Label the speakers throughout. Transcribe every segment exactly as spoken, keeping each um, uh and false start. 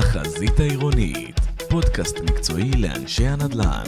Speaker 1: החזית העירונית, פודקאסט מקצועי לאנשי הנדל"ן.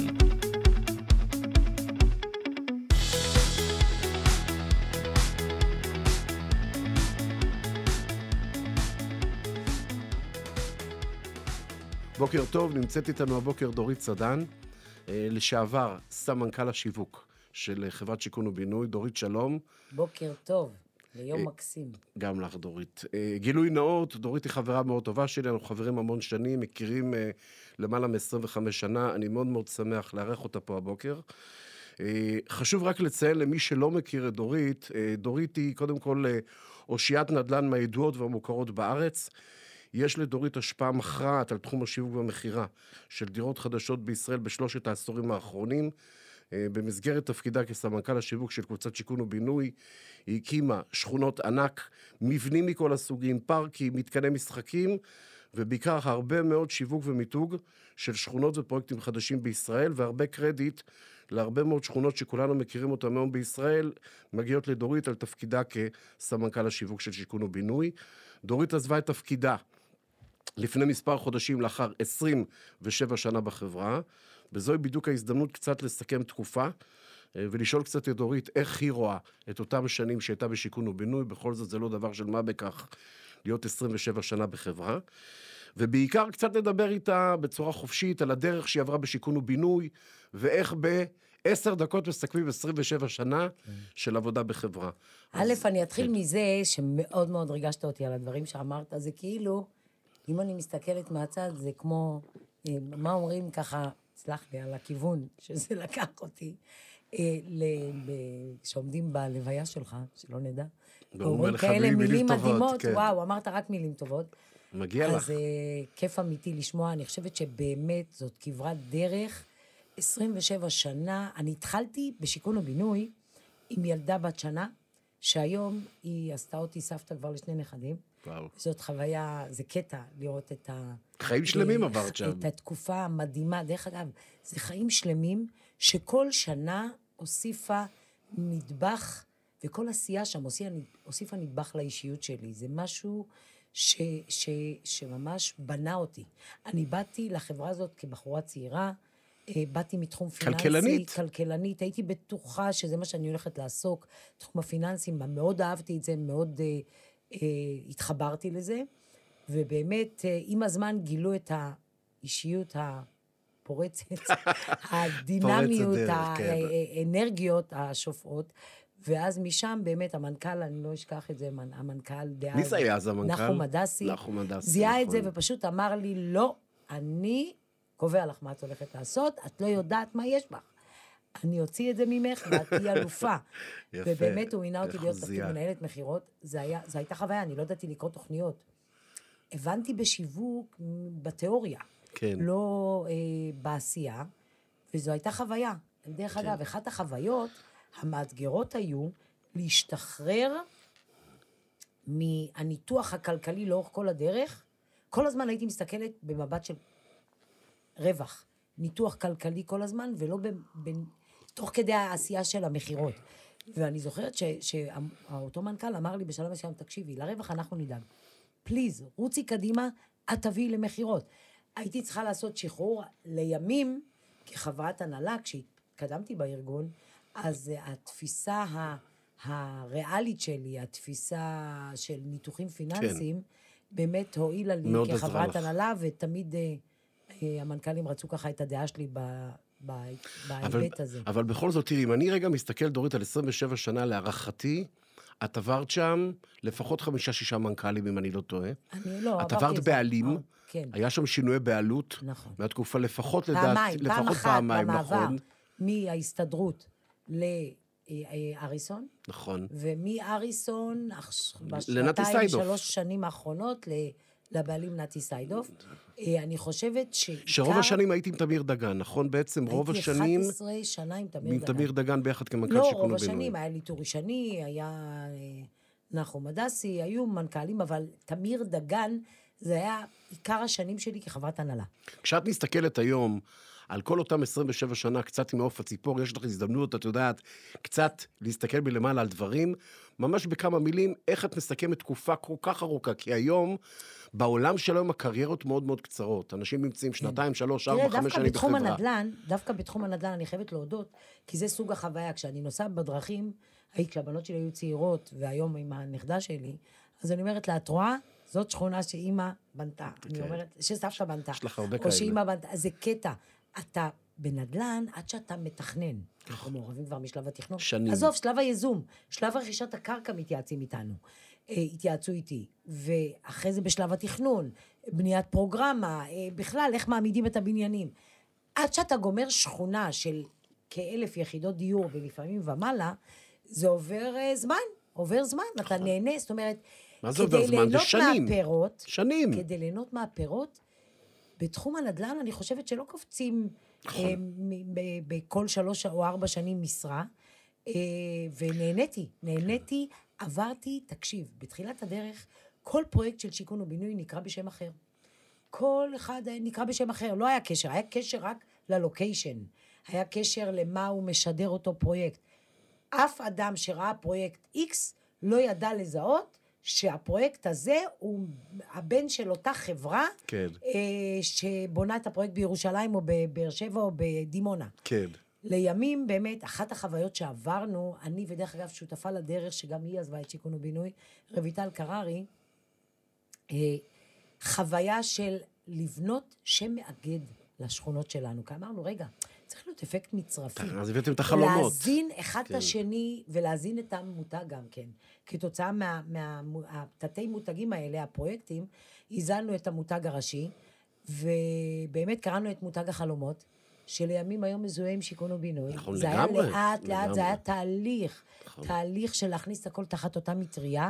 Speaker 2: בוקר טוב, נמצאת איתנו הבוקר דורית סדן, לשעבר סמנכ"ל השיווק של חברת שיכון ובינוי. דורית, שלום.
Speaker 3: בוקר טוב, ליום מקסים.
Speaker 2: גם לך, דורית. גילוי נאות, דורית היא חברה מאוד טובה שלי, אנחנו חברים המון שנים, מכירים למעלה מ-עשרים וחמש שנה, אני מאוד מאוד שמח לארח אותה פה הבוקר. חשוב רק לציין למי שלא מכיר את דורית, דורית היא קודם כל אושיית נדל"ן מהידועות והמוכרות בארץ. יש לדורית השפעה מכרעת על תחום השיווק והמחירה של דירות חדשות בישראל בשלושת העשורים האחרונים. במסגרת תפקידה כסמנכ"ל השיווק של קבוצת שיכון ובינוי, היא הקימה שכונות ענק, מבנים מכל הסוגים, פארקים, מתקני משחקים, ובעיקר הרבה מאוד שיווק ומיתוג של שכונות ופרויקטים חדשים בישראל, והרבה קרדיט להרבה מאוד שכונות שכולנו מכירים אותם היום בישראל, מגיעות לדורית על תפקידה כסמנכ"ל השיווק של שיכון ובינוי. דורית עזבה את תפקידה לפני מספר חודשים לאחר עשרים ושבע שנה בחברה, וזוהי בדיוק ההזדמנות קצת לסכם תקופה, ולשאול קצת את דורית איך היא רואה את אותם שנים שהייתה בשיכון ובינוי. בכל זאת זה לא דבר של מה בכך להיות עשרים ושבע שנה בחברה, ובעיקר קצת לדבר איתה בצורה חופשית על הדרך שהיא עברה בשיכון ובינוי, ואיך בעשר דקות מסכמים עשרים ושבע שנה של עבודה בחברה.
Speaker 3: א', אני אתחיל מזה שמאוד מאוד ריגשת אותי על הדברים שאמרת, זה כאילו, אם אני מסתכלת מהצד, זה כמו, מה אומרים ככה, סלח לי, על הכיוון שזה לקח אותי, שעומדים בלוויה שלך, שלא נדע, אומרים כאלה מילים מדהימות, וואו, אמרת רק מילים טובות.
Speaker 2: מגיע לך.
Speaker 3: אז כיף אמיתי לשמוע, אני חושבת שבאמת זאת כברת דרך, עשרים ושבע שנה, אני התחלתי בשיכון ובינוי עם ילדה בת שנה, שהיום היא עשתה אותי סבתא כבר לשני נכדים.
Speaker 2: וואו.
Speaker 3: זאת חוויה, זה קטע לראות את ה...
Speaker 2: חיים שלמים עברת שם.
Speaker 3: את התקופה המדהימה. דרך אגב, זה חיים שלמים שכל שנה הוסיפה נדבך, וכל עשייה שם הוסיפה, הוסיפה נדבך לאישיות שלי. זה משהו ש, ש, שממש בנה אותי. אני באתי לחברה הזאת כבחורה צעירה, באתי מתחום פיננסי.
Speaker 2: כלכלנית.
Speaker 3: כלכלנית. הייתי בטוחה שזה מה שאני הולכת לעסוק. תחום הפיננסים, מאוד אהבתי את זה, מאוד אה, אה, התחברתי לזה. ובאמת, אה, עם הזמן גילו את האישיות הפורצת, הדינמיות, האנרגיות השופעות. ואז משם באמת המנכ"ל, אני לא אשכח את זה, המנכ"ל דאז.
Speaker 2: מי זה היה אז המנכ"ל?
Speaker 3: נחום הדסי.
Speaker 2: נחום הדסי.
Speaker 3: זיהה את זה ופשוט אמר לי, לא, אני קובע לך מה את הולכת לעשות, את לא יודעת מה יש בך. אני אוציא את זה ממך, ואת תהי אלופה. ובאמת הוא מינה אותי להיות תפקיד מנהלת מחירות. זו הייתה חוויה, אני לא ידעתי לקרוא תוכניות. הבנתי בשיווק בתיאוריה, כן. לא אה, בעשייה, וזו הייתה חוויה. דרך כן. אגב, אחת החוויות, המאתגרות היו להשתחרר מהניתוח הכלכלי לאורך כל הדרך. כל הזמן הייתי מסתכלת במבט של רווח, ניתוח כלכלי כל הזמן, ולא ב, ב, תוך כדי העשייה של המחירות. ואני זוכרת ש, שאותו מנכ"ל אמר לי בשלב מסוים, תקשיבי, לרווח אנחנו נדאג. פליז, רוצי קדימה, את תביאי למחירות. הייתי צריכה לעשות שחרור לימים, כחברת הנהלה, כשהתקדמתי בארגון, אז התפיסה ה, הריאלית שלי, התפיסה של ניתוחים פיננסיים, כן. באמת הועילה לי כחברת הנהלה, ותמיד המנכ"לים רצו ככה את הדעה שלי בהיבט הזה.
Speaker 2: אבל בכל זאת, תראי, אם אני רגע מסתכל, דורית, על עשרים ושבע שנה להערכתי, את עברת שם לפחות חמישה, שישה מנכ"לים, אם אני לא טועה.
Speaker 3: אני לא,
Speaker 2: את עברת בעלים,
Speaker 3: כן.
Speaker 2: היה שם שינויי בעלות,
Speaker 3: נכון.
Speaker 2: מהתקופה לפחות לדעת,
Speaker 3: פעמיים,
Speaker 2: לפחות
Speaker 3: פעם אחת
Speaker 2: פעמיים,
Speaker 3: במעבר,
Speaker 2: נכון.
Speaker 3: מההסתדרות לאריסון,
Speaker 2: נכון.
Speaker 3: ומאריסון,
Speaker 2: לנתי
Speaker 3: בשנתיים,
Speaker 2: סיידוף.
Speaker 3: שלוש שנים האחרונות, לבעלים נתי סיידוף. אני חושבת ש...
Speaker 2: שרוב השנים הייתי עם תמיר דגן, נכון? בעצם רוב השנים...
Speaker 3: הייתי אחת עשרה שנה עם תמיר דגן.
Speaker 2: עם תמיר דגן ביחד כמנכ"ל
Speaker 3: לא,
Speaker 2: שיכון ובינוי.
Speaker 3: רוב השנים, היה לי טורי שני, היה נחום הדסי, היו מנכ"לים, אבל תמיר דגן, זה היה עיקר השנים שלי כחברת הנהלה.
Speaker 2: כשאת מסתכלת היום על כל אותם עשרים ושבע שנה, קצת עם העוף הציפור, יש לך הזדמנות, את יודעת, קצת להסתכל מלמעלה על דברים, ממש בכמה מילים, איך את מסכמת תקופה כל כך ארוכה, כי היום, בעולם של היום הקריירות מאוד מאוד קצרות, אנשים נמצאים שנתיים, שלוש, ארבע, חמש שנים בחברה.
Speaker 3: בתחום הנדל"ן, דווקא בתחום הנדל"ן, אני חייבת להודות, כי זה סוג החוויה, כשאני נוסעת בדרכים, היית, כשהבנות שלי היו צעירות, והיום עם הנכדה שלי, אז אני אומרת לה, את רואה? זאת שכונה שאימא בנתה. אני אומרת, שסבתא בנתה.
Speaker 2: יש לך הרבה
Speaker 3: או
Speaker 2: כאלה.
Speaker 3: שאימא בנתה. אז זה קטע. אתה בנדל"ן, עד שאתה מתכנן. אנחנו מעורבים כבר משלב התכנון.
Speaker 2: שנים.
Speaker 3: עזוב, שלב היזום. שלב רכישת הקרקע מתייעצים איתנו. התייעצו איתי. ואחרי זה בשלב התכנון, בניית פרוגרמה, בכלל, איך מעמידים את הבניינים. עד שאתה גומר שכונה של כאלף יחידות דיור, ולפעמים ומעלה, זה עובר זמן. עובר זמן. אתה נהנה, זאת אומרת,
Speaker 2: מה זה עובר זמן? זה שנים.
Speaker 3: מהפירות,
Speaker 2: שנים.
Speaker 3: כדי ליהנות מהפירות, בתחום הנדל"ן אני חושבת שלא קופצים
Speaker 2: נכון.
Speaker 3: אה, ב- ב- בכל שלוש או ארבע שנים משרה, אה, ונהניתי, נהניתי, עברתי, תקשיב, בתחילת הדרך, כל פרויקט של שיכון ובינוי נקרא בשם אחר. כל אחד נקרא בשם אחר, לא היה קשר, היה קשר רק ללוקיישן, היה קשר למה הוא משדר אותו פרויקט. אף אדם שראה פרויקט X לא ידע לזהות, שהפרויקט הזה הוא הבן של אותה חברה,
Speaker 2: כן.
Speaker 3: אה, שבונה את הפרויקט בירושלים או בבאר שבע או בדימונה.
Speaker 2: כן.
Speaker 3: לימים באמת, אחת החוויות שעברנו, אני ודרך אגב שותפה לדרך, שגם היא עזבה את שיכון ובינוי, רויטל קררי, אה, חוויה של לבנות שם מאגד לשכונות שלנו. כי אמרנו, רגע, צריך להיות אפקט מצרפי.
Speaker 2: אז הבאתם את החלומות.
Speaker 3: להזין אחד
Speaker 2: כן.
Speaker 3: את השני, ולהזין את המותג גם כן. כתוצאה מהתתי מותגים האלה, הפרויקטים, הזלנו את המותג הראשי, ובאמת קראנו את מותג החלומות, שלימים היום מזוהה עם שיכון ובינוי.
Speaker 2: נכון,
Speaker 3: זה
Speaker 2: לגמרי.
Speaker 3: היה לאט, לאט,
Speaker 2: לגמרי.
Speaker 3: זה היה תהליך.
Speaker 2: נכון.
Speaker 3: תהליך של להכניס את הכל תחת אותה מטריה,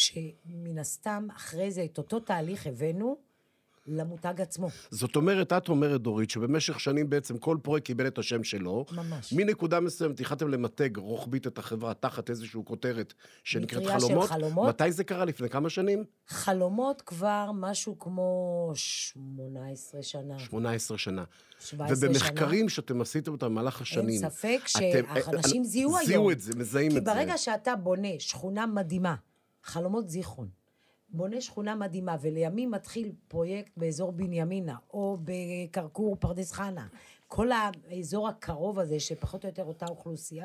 Speaker 3: שמן הסתם אחרי זה את אותו תהליך הבאנו למותג עצמו.
Speaker 2: זאת אומרת, את אומרת, דורית, שבמשך שנים בעצם כל פרויקט קיבל את השם שלו.
Speaker 3: ממש.
Speaker 2: מנקודה מסוימת, התחלתם למתג רוחבית את החברה תחת איזושהי כותרת שנקראת
Speaker 3: מטריה של
Speaker 2: חלומות.
Speaker 3: חלומות.
Speaker 2: מתי זה קרה? לפני כמה שנים?
Speaker 3: חלומות כבר משהו כמו שמונה עשרה שנה.
Speaker 2: שמונה עשרה שנה.
Speaker 3: שבע עשרה שנה.
Speaker 2: ובמחקרים שאתם עשיתם אותם במהלך השנים.
Speaker 3: אין ספק
Speaker 2: אתם-
Speaker 3: שאנשים
Speaker 2: אה,
Speaker 3: זיהו היום.
Speaker 2: זיהו את זה, מזהים
Speaker 3: כי
Speaker 2: את זה.
Speaker 3: ברגע שאתה בונה שכונה מדהימה, חלומות זיכרון, בונה שכונה מדהימה, ולימים מתחיל פרויקט באזור בנימינה, או בקרקור פרדס חנה, כל האזור הקרוב הזה, שפחות או יותר אותה אוכלוסייה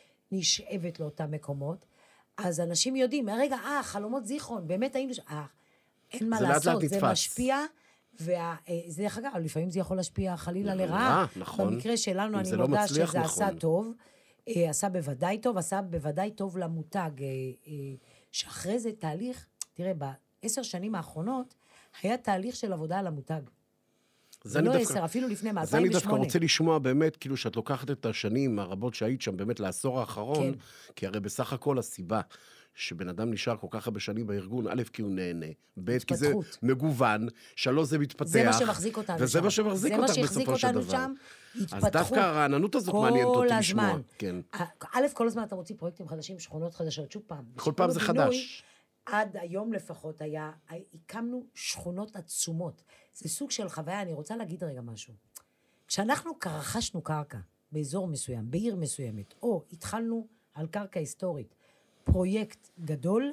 Speaker 3: שנשאבת לאותם מקומות, אז אנשים יודעים, רגע, אה, חלומות זיכרון, באמת היינו, אה, אין מה
Speaker 2: זה לאט לאט
Speaker 3: לעשות, זה
Speaker 2: נתפס.
Speaker 3: משפיע, וזה דרך אגב, לפעמים זה יכול להשפיע חלילה לרעה.
Speaker 2: לרעה, נכון.
Speaker 3: במקרה שלנו,
Speaker 2: אם
Speaker 3: אני
Speaker 2: זה לא
Speaker 3: מודה
Speaker 2: מצליח,
Speaker 3: שזה עשה
Speaker 2: נכון.
Speaker 3: טוב, אה, עשה בוודאי טוב, עשה בוודאי טוב למותג, אה, אה, שאחרי זה תהליך, תראה, בעשר שנים האחרונות, היה תהליך של עבודה על המותג.
Speaker 2: זה אני
Speaker 3: לא
Speaker 2: דווקא-
Speaker 3: עשר, אפילו לפני,
Speaker 2: אז אני
Speaker 3: מ-אלפיים
Speaker 2: דווקא
Speaker 3: ושמונה.
Speaker 2: רוצה לשמוע באמת, כאילו שאת לוקחת את השנים הרבות שהיית שם, באמת לעשור האחרון,
Speaker 3: כן.
Speaker 2: כי הרי בסך הכל הסיבה שבן אדם נשאר כל כך הרבה שנים בארגון, א', כי הוא נהנה, ב', כי זה
Speaker 3: התפתחות.
Speaker 2: מגוון, שלוש, זה מתפתח.
Speaker 3: זה מה שמחזיק אותנו
Speaker 2: וזה
Speaker 3: שם.
Speaker 2: מה שמחזיק
Speaker 3: זה מה
Speaker 2: אותך
Speaker 3: שהחזיק
Speaker 2: בסופו של
Speaker 3: אותנו
Speaker 2: דבר.
Speaker 3: שם,
Speaker 2: אז
Speaker 3: התפתחות.
Speaker 2: דווקא הרעננות הזאת מעניינת אותי לשמוע.
Speaker 3: הזמן.
Speaker 2: כן.
Speaker 3: א', כל הזמן אתה מוציא פרויקטים חדשים, שכונות חדשות, שוב פעם.
Speaker 2: כל פעם זה
Speaker 3: בשיכון ובינוי,
Speaker 2: חדש.
Speaker 3: עד היום לפחות היה, הקמנו שכונות עצומות. זה סוג של חוויה, אני רוצה להגיד רגע משהו. כשאנחנו רכשנו קרקע באזור מסוים, בעיר מסוימת, או התחלנו על קרקע היסטורית, פרויקט גדול,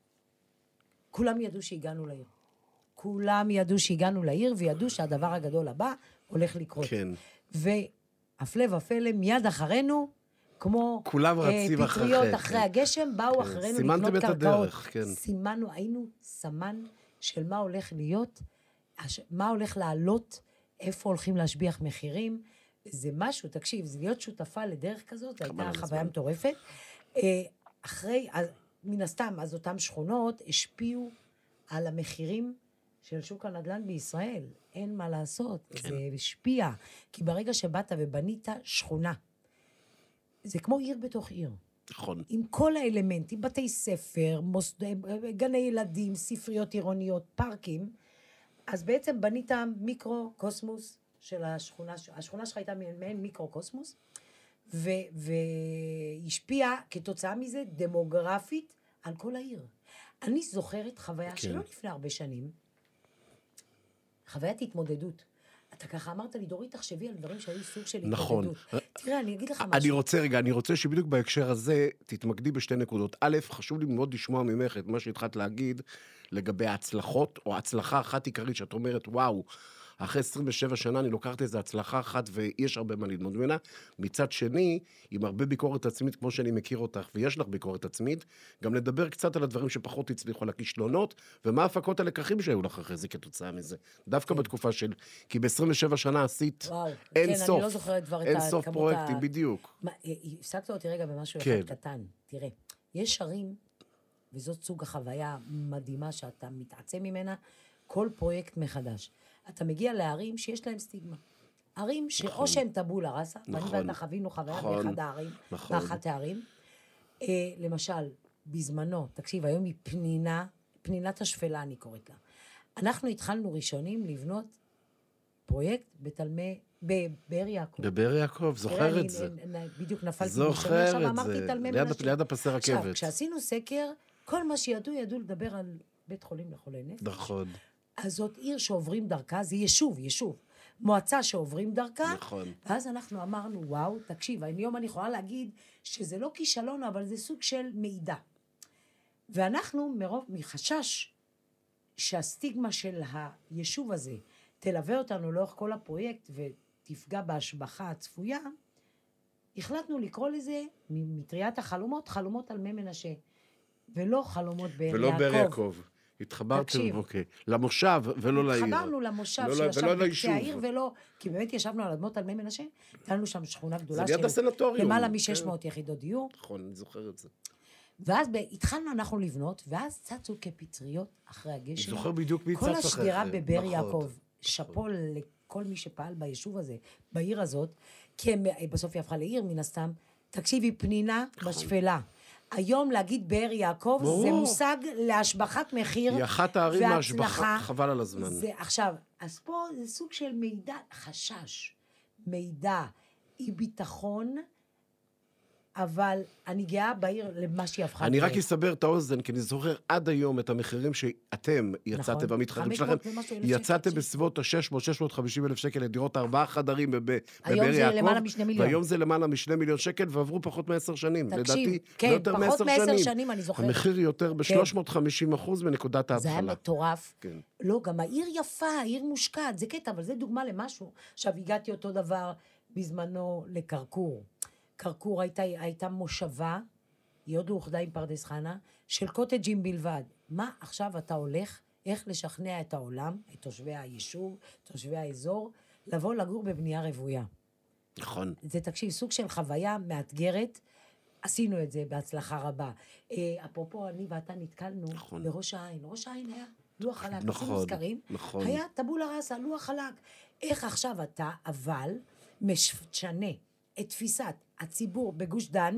Speaker 3: כולם ידעו שהגענו לעיר. כולם ידעו שהגענו לעיר, וידעו שהדבר הגדול הבא הולך לקרות.
Speaker 2: כן.
Speaker 3: והפלא ופלא, מיד אחרינו, כמו
Speaker 2: כולם
Speaker 3: אה,
Speaker 2: רצים אחריכם,
Speaker 3: פטריות
Speaker 2: כן.
Speaker 3: אחרי הגשם, באו
Speaker 2: כן,
Speaker 3: אחרינו
Speaker 2: סימנתם
Speaker 3: לקנות
Speaker 2: את
Speaker 3: קרקעות.
Speaker 2: הדרך, כן.
Speaker 3: סימנו, היינו סמן של מה הולך להיות, הש- מה הולך לעלות, איפה הולכים להשביח מחירים. זה משהו, תקשיב, זה להיות שותפה לדרך כזאת, זו
Speaker 2: חבל
Speaker 3: הייתה
Speaker 2: על
Speaker 3: חוויה
Speaker 2: הזמן.
Speaker 3: מטורפת. אה, אחרי, אז, מן הסתם, אז אותם שכונות השפיעו על המחירים של שוק הנדל"ן בישראל. אין מה לעשות,
Speaker 2: כן.
Speaker 3: זה השפיע. כי ברגע שבאת ובנית שכונה, זה כמו עיר בתוך עיר.
Speaker 2: נכון.
Speaker 3: עם כל האלמנטים, בתי ספר, מוסד... גני ילדים, ספריות עירוניות, פארקים, אז בעצם בנית מיקרו-קוסמוס של השכונה, השכונה שלך הייתה מעין מיקרו-קוסמוס, ו... והשפיעה כתוצאה מזה דמוגרפית על כל העיר. אני זוכרת חוויה
Speaker 2: כן.
Speaker 3: שלא לפני הרבה שנים, חוויית התמודדות. אתה ככה אמרת לי, דורית, תחשבי על דברים שהיו סוג של
Speaker 2: נכון.
Speaker 3: התמודדות. תראה, אני אגיד לך משהו.
Speaker 2: אני רוצה, רגע, אני רוצה שבדיוק בהקשר הזה תתמקדי בשתי נקודות. א', חשוב לי מאוד לשמוע ממך את מה שהתחלת להגיד לגבי ההצלחות, או הצלחה אחת עיקרית שאת אומרת, וואו, אחרי עשרים ושבע שנה אני לוקחת איזו הצלחה אחת ויש הרבה מה ללמוד ממנה. מצד שני, עם הרבה ביקורת עצמית כמו שאני מכיר אותך, ויש לך ביקורת עצמית, גם לדבר קצת על הדברים שפחות הצליחו, על הכישלונות, ומה הפקות הלקחים שהיו לך אחרי זה כתוצאה מזה. דווקא
Speaker 3: כן.
Speaker 2: בתקופה של, כי ב-עשרים ושבע שנה עשית
Speaker 3: וואו,
Speaker 2: אין
Speaker 3: כן,
Speaker 2: סוף.
Speaker 3: אני לא זוכרת כבר את
Speaker 2: אין
Speaker 3: הכמות
Speaker 2: סוף פרויקטים, בדיוק.
Speaker 3: מה, הפסקת אותי רגע במשהו
Speaker 2: כן.
Speaker 3: אחד קטן. תראה, יש ערים, וזאת סוג החוויה מדהימה שאתה מתעצם ממנה, כל פרויקט מחדש. אתה מגיע לערים שיש להם סטיגמה. ערים שאו
Speaker 2: נכון.
Speaker 3: שהם טבולה ראסה,
Speaker 2: נכון.
Speaker 3: ואני ואתה חווינו חוויה
Speaker 2: נכון.
Speaker 3: באחד הערים,
Speaker 2: נכון.
Speaker 3: באחת הערים. אה, למשל, בזמנו, תקשיב, היום היא פנינה, פנינת השפלה אני קוראת לה. אנחנו התחלנו ראשונים לבנות פרויקט בתלמי, בבאר יעקב.
Speaker 2: בבאר יעקב, זוכר את זה.
Speaker 3: בדיוק נפלתי
Speaker 2: זוכר
Speaker 3: עכשיו
Speaker 2: את
Speaker 3: אמרתי
Speaker 2: זה.
Speaker 3: תלמי
Speaker 2: ליד-
Speaker 3: מנשה.
Speaker 2: ליד הפסי
Speaker 3: עכשיו,
Speaker 2: רכבת.
Speaker 3: כשעשינו סקר, כל מה שידעו, ידעו לדבר על בית חולים לחולי נפש.
Speaker 2: נכון,
Speaker 3: אז זאת עיר שעוברים דרכה, זה יישוב, יישוב. מועצה שעוברים דרכה.
Speaker 2: נכון.
Speaker 3: ואז אנחנו אמרנו, וואו, תקשיב, היום אני יכולה להגיד שזה לא כישלון, אבל זה סוג של מידע. ואנחנו, מרוב, מחשש שהסטיגמה של היישוב הזה תלווה אותנו לאורך כל הפרויקט ותפגע בהשבחה הצפויה, החלטנו לקרוא לזה, ממטריית החלומות, חלומות על מי מנשה, ולא חלומות באר יעקב.
Speaker 2: ולא באר יעקב. התחברתם,
Speaker 3: תקשיב.
Speaker 2: אוקיי. למושב ולא לעיר.
Speaker 3: התחברנו למושב
Speaker 2: לא-
Speaker 3: שישב
Speaker 2: ולא
Speaker 3: בקצה
Speaker 2: ליישוב.
Speaker 3: העיר, ולא, כי באמת ישבנו על אדמות על מי מנשה, הייתה לנו שם שכונה גדולה
Speaker 2: זה ליד הסנטוריום.
Speaker 3: למעלה
Speaker 2: כן.
Speaker 3: מ-שש מאות יחידות דיור,
Speaker 2: נכון, אני זוכר את זה.
Speaker 3: ואז ב- התחלנו אנחנו לבנות, ואז צצו כפטריות אחרי
Speaker 2: אני
Speaker 3: הגשם.
Speaker 2: זוכר בדיוק מי צץ
Speaker 3: כל
Speaker 2: אחריכם.
Speaker 3: השדרה בבאר
Speaker 2: נכון.
Speaker 3: יעקב, שאפו לכל מי שפעל ביישוב הזה, בעיר הזאת, כי הם, בסוף היא הפכה לעיר מן הסתם. תקשיבי, פנינה בשפלה. היום להגיד באר יעקב,
Speaker 2: ברור.
Speaker 3: זה מושג להשבחת מחיר
Speaker 2: היא אחת הערים
Speaker 3: והצלחה.
Speaker 2: מהשבחה, חבל על הזמן.
Speaker 3: זה, עכשיו, אז פה זה סוג של מידע, חשש, מידע, אי ביטחון, אבל אני גאה בעיר למה שהיא הפכה.
Speaker 2: אני רק
Speaker 3: להיות.
Speaker 2: אסבר את האוזן, כי אני זוכר עד היום את המחירים שאתם יצאתם,
Speaker 3: נכון.
Speaker 2: והמתחרים
Speaker 3: חמש
Speaker 2: שלכם,
Speaker 3: מאות ומשהו אלף
Speaker 2: יצאתם
Speaker 3: שקל.
Speaker 2: בסביבות ה-שש מאות שש מאות וחמישים אלף שקל לדירות ארבעה חדרים בב- בבאר
Speaker 3: היום
Speaker 2: יעקב.
Speaker 3: זה למעלה משני מיליון.
Speaker 2: והיום זה למעלה משני מיליון שקל, ועברו פחות מעשר שנים.
Speaker 3: תקשיב,
Speaker 2: לדעתי,
Speaker 3: כן,
Speaker 2: לא יותר
Speaker 3: פחות
Speaker 2: מעשר
Speaker 3: מעשר
Speaker 2: שנים.
Speaker 3: שנים, אני זוכרת.
Speaker 2: המחיר יותר ב-שלוש מאות וחמישים אחוז מנקודת
Speaker 3: זה היה
Speaker 2: ההתחלה.
Speaker 3: מטורף.
Speaker 2: כן.
Speaker 3: לא, גם העיר יפה, העיר מושקעת, זה קטע, אבל זה דוגמה למשהו. עכשיו, הגעתי אותו דבר בזמנו לקרקור. קרקור הייתה, הייתה מושבה, היא עוד לא אוחדה עם פרדס חנה, של קוטג'ים בלבד. מה עכשיו אתה הולך, איך לשכנע את העולם, את תושבי היישוב, תושבי האזור, לבוא לגור בבנייה רוויה.
Speaker 2: נכון.
Speaker 3: זה, תקשיב, סוג של חוויה מאתגרת, עשינו את זה בהצלחה רבה. אה, אפרופו, אני ואתה נתקלנו
Speaker 2: נכון.
Speaker 3: בראש העין. ראש העין היה לוח חלק,
Speaker 2: נכון,
Speaker 3: עשינו סקרים,
Speaker 2: נכון.
Speaker 3: היה טבולה ראסה, לוח חלק. איך עכשיו אתה, אבל, משנה את תפיסת הציבור בגוש דן,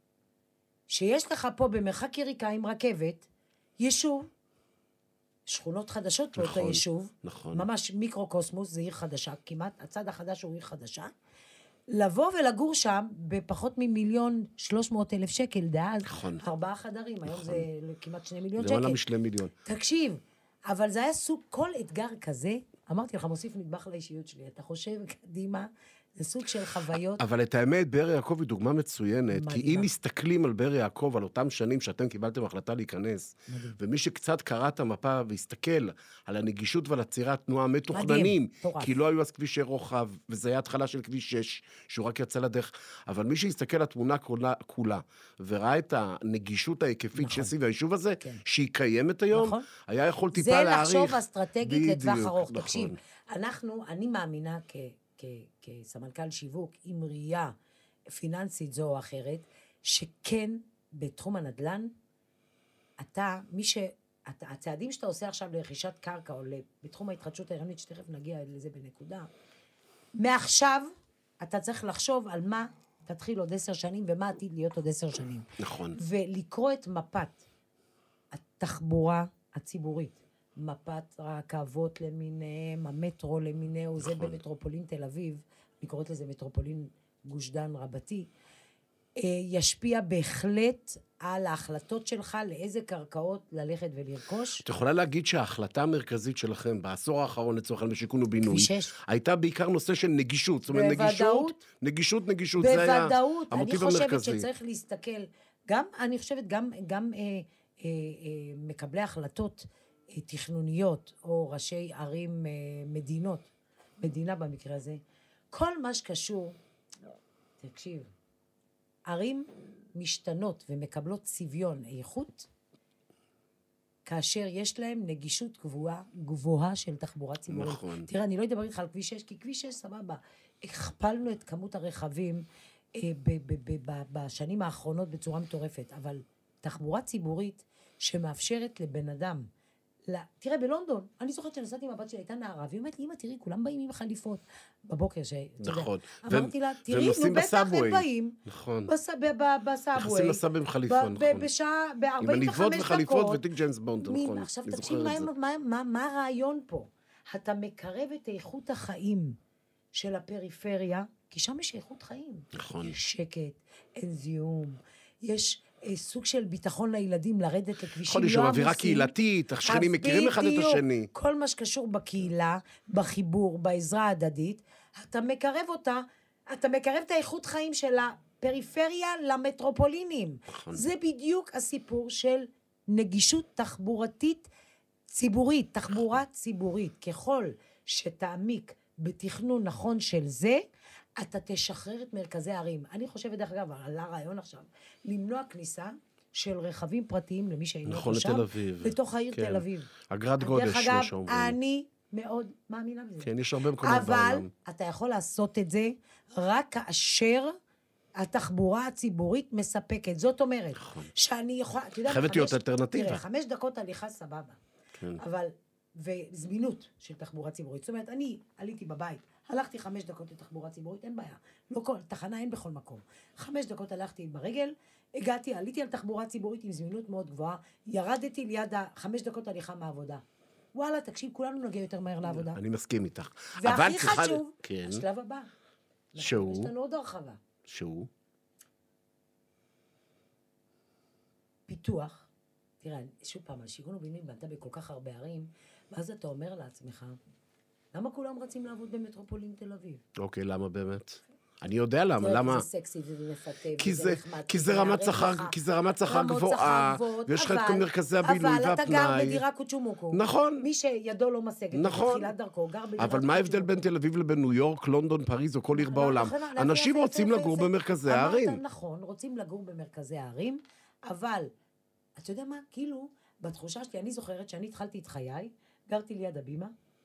Speaker 3: שיש לך פה במרחק יריקה עם רכבת, יישוב, שכונות חדשות באותו
Speaker 2: נכון,
Speaker 3: יישוב,
Speaker 2: נכון.
Speaker 3: ממש מיקרו-קוסמוס, זה עיר חדשה כמעט, הצד החדש הוא עיר חדשה, לבוא ולגור שם בפחות ממיליון שלוש מאות אלף שקל, דאז,
Speaker 2: נכון.
Speaker 3: ארבעה חדרים, היום
Speaker 2: נכון.
Speaker 3: זה כמעט שני מיליון
Speaker 2: למעלה
Speaker 3: שקל.
Speaker 2: משני מיליון.
Speaker 3: תקשיב, אבל זה היה סוג, כל אתגר כזה, אמרתי לך, מוסיף נדבך לאישיות שלי, אתה חושב קדימה, זה סוג של חוויות.
Speaker 2: אבל את האמת, באר יעקב היא דוגמה מצוינת, כי
Speaker 3: מדהימה.
Speaker 2: אם מסתכלים על באר יעקב, על אותם שנים שאתם קיבלתם החלטה להיכנס,
Speaker 3: מדהים.
Speaker 2: ומי שקצת קרא את המפה והסתכל על הנגישות ועל הצירת תנועה מתוכננים,
Speaker 3: מדהים, מטורף.
Speaker 2: כי לא היו אז כבישי רוחב, וזה היה התחלה של כביש שש, שהוא רק יצא לדרך, אבל מי שהסתכל על התמונה כולה, כולה וראה את הנגישות ההיקפית
Speaker 3: נכון.
Speaker 2: שסביב היישוב הזה,
Speaker 3: כן.
Speaker 2: שהיא קיימת היום,
Speaker 3: נכון.
Speaker 2: היה יכול טיפה
Speaker 3: זה
Speaker 2: להעריך.
Speaker 3: לחשוב אסטרטגית לטווח
Speaker 2: בדיוק,
Speaker 3: ארוך.
Speaker 2: נכון.
Speaker 3: תקשיב, אנחנו, אני מאמינה כ, כ, כסמנכ"ל שיווק עם ראייה פיננסית זו או אחרת, שכן בתחום הנדל"ן, אתה, מי ש... אתה, הצעדים שאתה עושה עכשיו לרכישת קרקע או בתחום ההתחדשות העירונית, שתכף נגיע לזה בנקודה, מעכשיו אתה צריך לחשוב על מה תתחיל עוד עשר שנים ומה עתיד להיות עוד עשר שנים.
Speaker 2: נכון.
Speaker 3: ולקרוא את מפת התחבורה הציבורית, מפת רכבות למיניהם, המטרו למיניהו, זה
Speaker 2: נכון.
Speaker 3: במטרופולין תל אביב, אני קוראת לזה מטרופולין גוש דן רבתי, ישפיע בהחלט על ההחלטות שלך לאיזה קרקעות ללכת ולרכוש.
Speaker 2: את יכולה להגיד שההחלטה המרכזית שלכם בעשור האחרון לצורך העניין בשיכון ובינוי, הייתה בעיקר נושא של נגישות. זאת אומרת, נגישות, נגישות, נגישות, זה היה המוטיב המרכזי.
Speaker 3: אני חושבת שצריך להסתכל, גם, אני חושבת, גם, גם אה, אה, אה, מקבלי החלטות אה, תכנוניות, או ראשי ערים אה, מדינות, מדינה במקרה הזה, כל מה שקשור, תקשיב, ערים משתנות ומקבלות צביון איכות, כאשר יש להם נגישות גבוהה, גבוהה של תחבורה ציבורית.
Speaker 2: נכון.
Speaker 3: תראה, אני לא אדבר איתך על כביש שש, כי כביש שש סבבה. הכפלנו את כמות הרכבים אה, ב- ב- ב- ב- בשנים האחרונות בצורה מטורפת, אבל תחבורה ציבורית שמאפשרת לבן אדם, לה, תראה, בלונדון, אני זוכרת שנסעתי עם הבת שלי, הייתה נערה, והיא אומרת לי, אמא, תראי, כולם באים עם חליפות. בבוקר, ש...
Speaker 2: נכון.
Speaker 3: אמרתי לה, תראי, נו, בטח הם באים.
Speaker 2: נכון.
Speaker 3: בסאבווי.
Speaker 2: נכנסים לסאב עם חליפה, נכון.
Speaker 3: בשעה, ב-ארבעים וחמש דקות.
Speaker 2: עם עניבות וחליפות ותיק ג'יימס בונד, נכון.
Speaker 3: עכשיו, תקשיב, מה הרעיון פה? אתה מקרב את איכות החיים של הפריפריה, כי שם יש איכות חיים.
Speaker 2: נכון.
Speaker 3: יש שקט, אין זיהום, יש סוג של ביטחון לילדים לרדת לכבישים לא
Speaker 2: עמוסים. חודש, אווירה קהילתית, השכנים מכירים אחד את השני.
Speaker 3: כל מה שקשור בקהילה, בחיבור, בעזרה ההדדית, אתה מקרב אותה, אתה מקרב את האיכות חיים של הפריפריה למטרופולינים.
Speaker 2: נכון.
Speaker 3: זה בדיוק הסיפור של נגישות תחבורתית ציבורית, תחבורה ציבורית. ככל שתעמיק בתכנון נכון של זה, אתה תשחרר את מרכזי הערים. אני חושבת, דרך אגב, על הרעיון עכשיו, למנוע כניסה של רכבים פרטיים למי שאינו
Speaker 2: נכון,
Speaker 3: תושב,
Speaker 2: לתל אביב.
Speaker 3: לתוך העיר
Speaker 2: כן.
Speaker 3: תל אביב.
Speaker 2: אגרת גודש,
Speaker 3: דרך
Speaker 2: מה
Speaker 3: אגב,
Speaker 2: שאומרים.
Speaker 3: אני מאוד מאמינה בזה.
Speaker 2: כן, יש הרבה מקומות
Speaker 3: אבל
Speaker 2: בעולם.
Speaker 3: אתה יכול לעשות את זה רק כאשר התחבורה הציבורית מספקת. זאת אומרת,
Speaker 2: נכון.
Speaker 3: שאני יכולה, אתה יודע,
Speaker 2: חייבת להיות אלטרנטיבה.
Speaker 3: תראה, חמש דקות הליכה סבבה.
Speaker 2: כן.
Speaker 3: אבל, וזמינות של תחבורה ציבורית. זאת אומרת, אני עליתי בבית, הלכתי חמש דקות לתחבורה ציבורית, אין בעיה. לא כל, תחנה אין בכל מקום. חמש דקות הלכתי ברגל, הגעתי, עליתי על תחבורה ציבורית עם זמינות מאוד גבוהה, ירדתי ליד החמש דקות הליכה מהעבודה. וואלה, תקשיב, כולנו נגיע יותר מהר לעבודה.
Speaker 2: אני מסכים איתך.
Speaker 3: והכי חשוב,
Speaker 2: כן.
Speaker 3: השלב הבא.
Speaker 2: שהוא?
Speaker 3: יש לנו עוד הרחבה.
Speaker 2: שהוא?
Speaker 3: פיתוח. תראה, שוב פעם, השיכון ובינוי בנתה בכל כך הרבה ערים, ואז אתה אומר לעצמך, למה כולם רצים לעבוד במטרופולין תל אביב?
Speaker 2: אוקיי, למה באמת? אני יודע למה, למה?
Speaker 3: זה סקסי וזה מפתה,
Speaker 2: כי
Speaker 3: וזה
Speaker 2: זה,
Speaker 3: נחמד.
Speaker 2: כי זה רמת שכר, כי זה רמת שכר גבוהה, ויש לך את כל מרכזי הבילוי והפנאי.
Speaker 3: אבל אתה גר בדירה קוצ'ומוקו.
Speaker 2: נכון.
Speaker 3: מי שידו לא משגת,
Speaker 2: נכון.
Speaker 3: בתחילת דרכו, גר בדירה
Speaker 2: אבל מה ההבדל בין תל אביב לבין ניו יורק, לונדון, פריז או כל עיר בעולם? אנשים רוצים לגור במרכזי הערים.
Speaker 3: נכון, רוצים לגור במרכזי הערים, אבל, אתה יודע מה, כאילו, בתחושה שלי, אני זוכרת שאני התחלתי את חיי, גרתי ליד הבימה,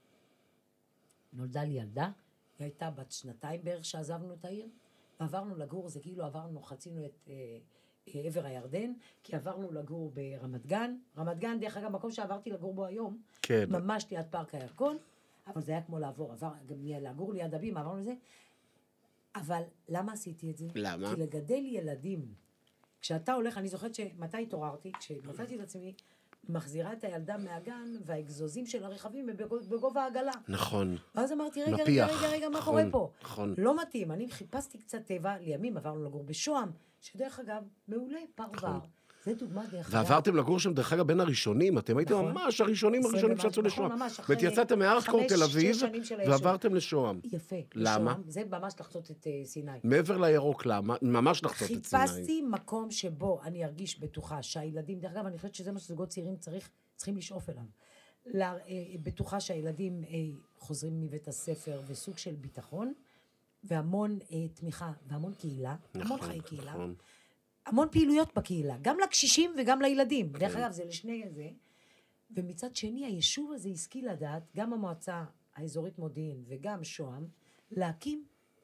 Speaker 3: נולדה לי ילדה, היא הייתה בת שנתיים בערך שעזבנו את העיר, ועברנו לגור, זה כאילו עברנו, חצינו את אה, עבר הירדן, כי עברנו לגור ברמת גן, רמת גן, דרך אגב, מקום שעברתי לגור בו היום,
Speaker 2: כן.
Speaker 3: ממש ליד פארק הירקון, אבל זה היה כמו לעבור, עבר, גם לגור ליד הבימה, עברנו לזה, אבל למה עשיתי את זה?
Speaker 2: למה?
Speaker 3: כי לגדל ילדים, כשאתה הולך, אני זוכרת שמתי התעוררתי, כשמצאתי את עצמי, מחזירה את הילדה מהגן, והאגזוזים של הרכבים הם בגובה העגלה.
Speaker 2: נכון.
Speaker 3: ואז אמרתי, רגע,
Speaker 2: נפיח.
Speaker 3: רגע, רגע, רגע, מה
Speaker 2: נכון,
Speaker 3: קורה פה?
Speaker 2: נכון.
Speaker 3: לא מתאים, אני חיפשתי קצת טבע, לימים עברנו לגור בשוהם, שדרך אגב, מעולה, פרבר. זה דוגמה דרך אגב.
Speaker 2: ועברתם לגור שם דרך אגב בין הראשונים, אתם הייתם
Speaker 3: נכון.
Speaker 2: ממש הראשונים הראשונים שיצאו לשוהם. זאת יצאתם מארטקור תל אביב, ועברתם לשוהם.
Speaker 3: יפה.
Speaker 2: למה?
Speaker 3: לשוהם, זה ממש לחצות את uh, סיני.
Speaker 2: מעבר לירוק, למה? ממש לחצות את סיני.
Speaker 3: חיפשתי מקום שבו אני ארגיש בטוחה שהילדים, דרך אגב, אני חושבת שזה מה שזוגות צעירים צריך, צריכים לשאוף אליו. לה, אה, בטוחה שהילדים אה, חוזרים מבית הספר וסוג של ביטחון, והמון אה, תמיכה, והמון קהילה,
Speaker 2: נכון,
Speaker 3: המון חיי קהילה.
Speaker 2: נכון.
Speaker 3: המון פעילויות בקהילה, גם לקשישים וגם לילדים. כן. דרך אגב, זה לשני זה. ומצד שני, היישוב הזה השכיל לדעת, גם המועצה האזורית מודיעין וגם שוהם, להקים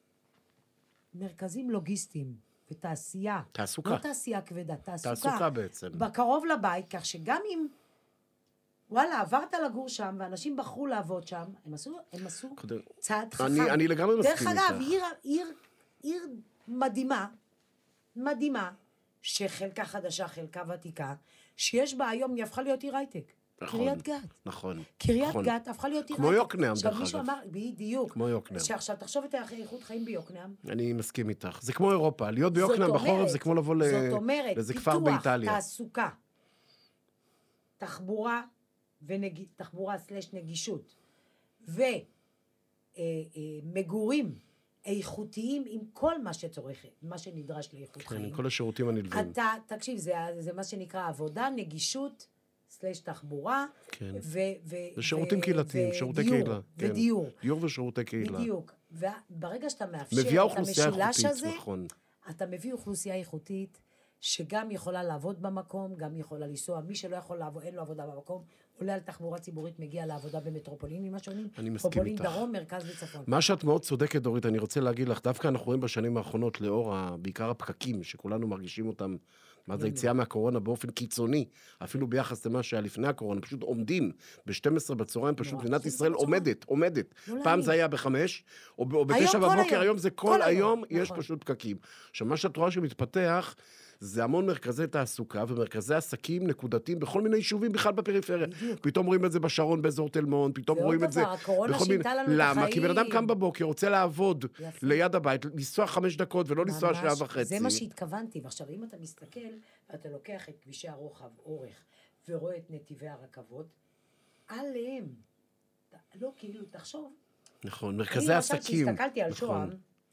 Speaker 3: מרכזים לוגיסטיים ותעשייה.
Speaker 2: תעסוקה.
Speaker 3: לא תעשייה כבדה, תעסוקה.
Speaker 2: תעסוקה בעצם.
Speaker 3: בקרוב לבית, כך שגם אם, וואלה, עברת לגור שם, ואנשים בחרו לעבוד שם, הם עשו, הם עשו
Speaker 2: קודם,
Speaker 3: צעד חכם.
Speaker 2: אני, אני לגמרי מסכים איתך.
Speaker 3: דרך אגב, עיר, עיר, עיר מדהימה, מדהימה, שחלקה חדשה, חלקה ותיקה, שיש בה היום, היא הפכה להיות עיר הייטק. קריית גת.
Speaker 2: נכון.
Speaker 3: קריית
Speaker 2: נכון.
Speaker 3: גת הפכה להיות עיר...
Speaker 2: כמו יוקנעם, דרך
Speaker 3: עכשיו מישהו
Speaker 2: אגב.
Speaker 3: אמר, בדיוק.
Speaker 2: כמו יוקנעם.
Speaker 3: שעכשיו תחשוב את האיכות חיים ביוקנעם.
Speaker 2: אני מסכים איתך. זה כמו אירופה. להיות ביוקנעם
Speaker 3: זאת
Speaker 2: בחורף
Speaker 3: אומרת-
Speaker 2: זה כמו לבוא ל-
Speaker 3: זאת אומרת,
Speaker 2: לאיזה כפר
Speaker 3: פיתוח,
Speaker 2: באיטליה.
Speaker 3: תעסוקה, תחבורה, ונג... תחבורה סלש נגישות, ומגורים איכותיים עם כל מה שצורך, מה שנדרש לאיכות
Speaker 2: כן,
Speaker 3: חיים.
Speaker 2: עם כל השירותים הנלווים.
Speaker 3: אתה, תקשיב, זה, זה מה שנקרא עבודה, נגישות, סלש תחבורה,
Speaker 2: כן.
Speaker 3: ו... ו
Speaker 2: ושירותים
Speaker 3: ו-
Speaker 2: קהילתיים, שירותי
Speaker 3: ודיור,
Speaker 2: קהילה. כן.
Speaker 3: ודיור.
Speaker 2: דיור ושירותי קהילה.
Speaker 3: בדיוק. וברגע שאתה מאפשר
Speaker 2: מביאה
Speaker 3: את
Speaker 2: אוכלוסייה
Speaker 3: המשולש
Speaker 2: איכותית,
Speaker 3: הזה,
Speaker 2: נכון.
Speaker 3: אתה מביא אוכלוסייה איכותית, שגם יכולה לעבוד במקום, גם יכולה לנסוע. מי שלא יכול לעבוד, אין לו עבודה במקום, עולה על תחבורה ציבורית, מגיע לעבודה במטרופולינים השונים.
Speaker 2: אני מסכים
Speaker 3: מטרופולין
Speaker 2: איתך.
Speaker 3: דרום, מרכז וצפון.
Speaker 2: מה שאת מאוד צודקת, דורית, אני רוצה להגיד לך, דווקא אנחנו רואים בשנים האחרונות, לאור ה- בעיקר הפקקים, שכולנו מרגישים אותם, מה זה היציאה מהקורונה באופן קיצוני, אפילו ביחס למה שהיה לפני הקורונה, פשוט עומדים ב-שתים עשרה בצהריים, פשוט
Speaker 3: נורא.
Speaker 2: מדינת
Speaker 3: זה
Speaker 2: ישראל
Speaker 3: בצהריים.
Speaker 2: עומדת, עומדת.
Speaker 3: לא
Speaker 2: פעם
Speaker 3: להאמין.
Speaker 2: זה היה בחמש, או ב- או בתשע
Speaker 3: היום כל
Speaker 2: בבוקר,
Speaker 3: היום.
Speaker 2: היום זה כל
Speaker 3: כל
Speaker 2: היום,
Speaker 3: היום,
Speaker 2: יש
Speaker 3: נכון.
Speaker 2: פשוט פקקים. עכשיו, מה שאת רואה שמתפתח, זה המון מרכזי תעסוקה ומרכזי עסקים נקודתיים בכל מיני יישובים בכלל בפריפריה.
Speaker 3: בדיוק.
Speaker 2: פתאום רואים את זה בשרון באזור תל מונד, פתאום
Speaker 3: ועוד
Speaker 2: רואים את זה
Speaker 3: דבר, הקורונה
Speaker 2: בכל מיני...
Speaker 3: שינתה לנו את
Speaker 2: למה? כי בן אדם
Speaker 3: החיים.
Speaker 2: קם בבוקר, רוצה לעבוד
Speaker 3: יפה.
Speaker 2: ליד הבית, לנסוע חמש דקות ולא לנסוע
Speaker 3: ממש,
Speaker 2: שעה וחצי.
Speaker 3: זה מה שהתכוונתי. ועכשיו, אם אתה מסתכל, ואתה לוקח את כבישי הרוחב, אורך, ורואה את נתיבי הרכבות, עליהם, לא, כאילו, תחשוב,
Speaker 2: נכון, מרכזי
Speaker 3: אני למשל
Speaker 2: עסקים.
Speaker 3: שהסתכלתי על
Speaker 2: נכון.
Speaker 3: שוהם,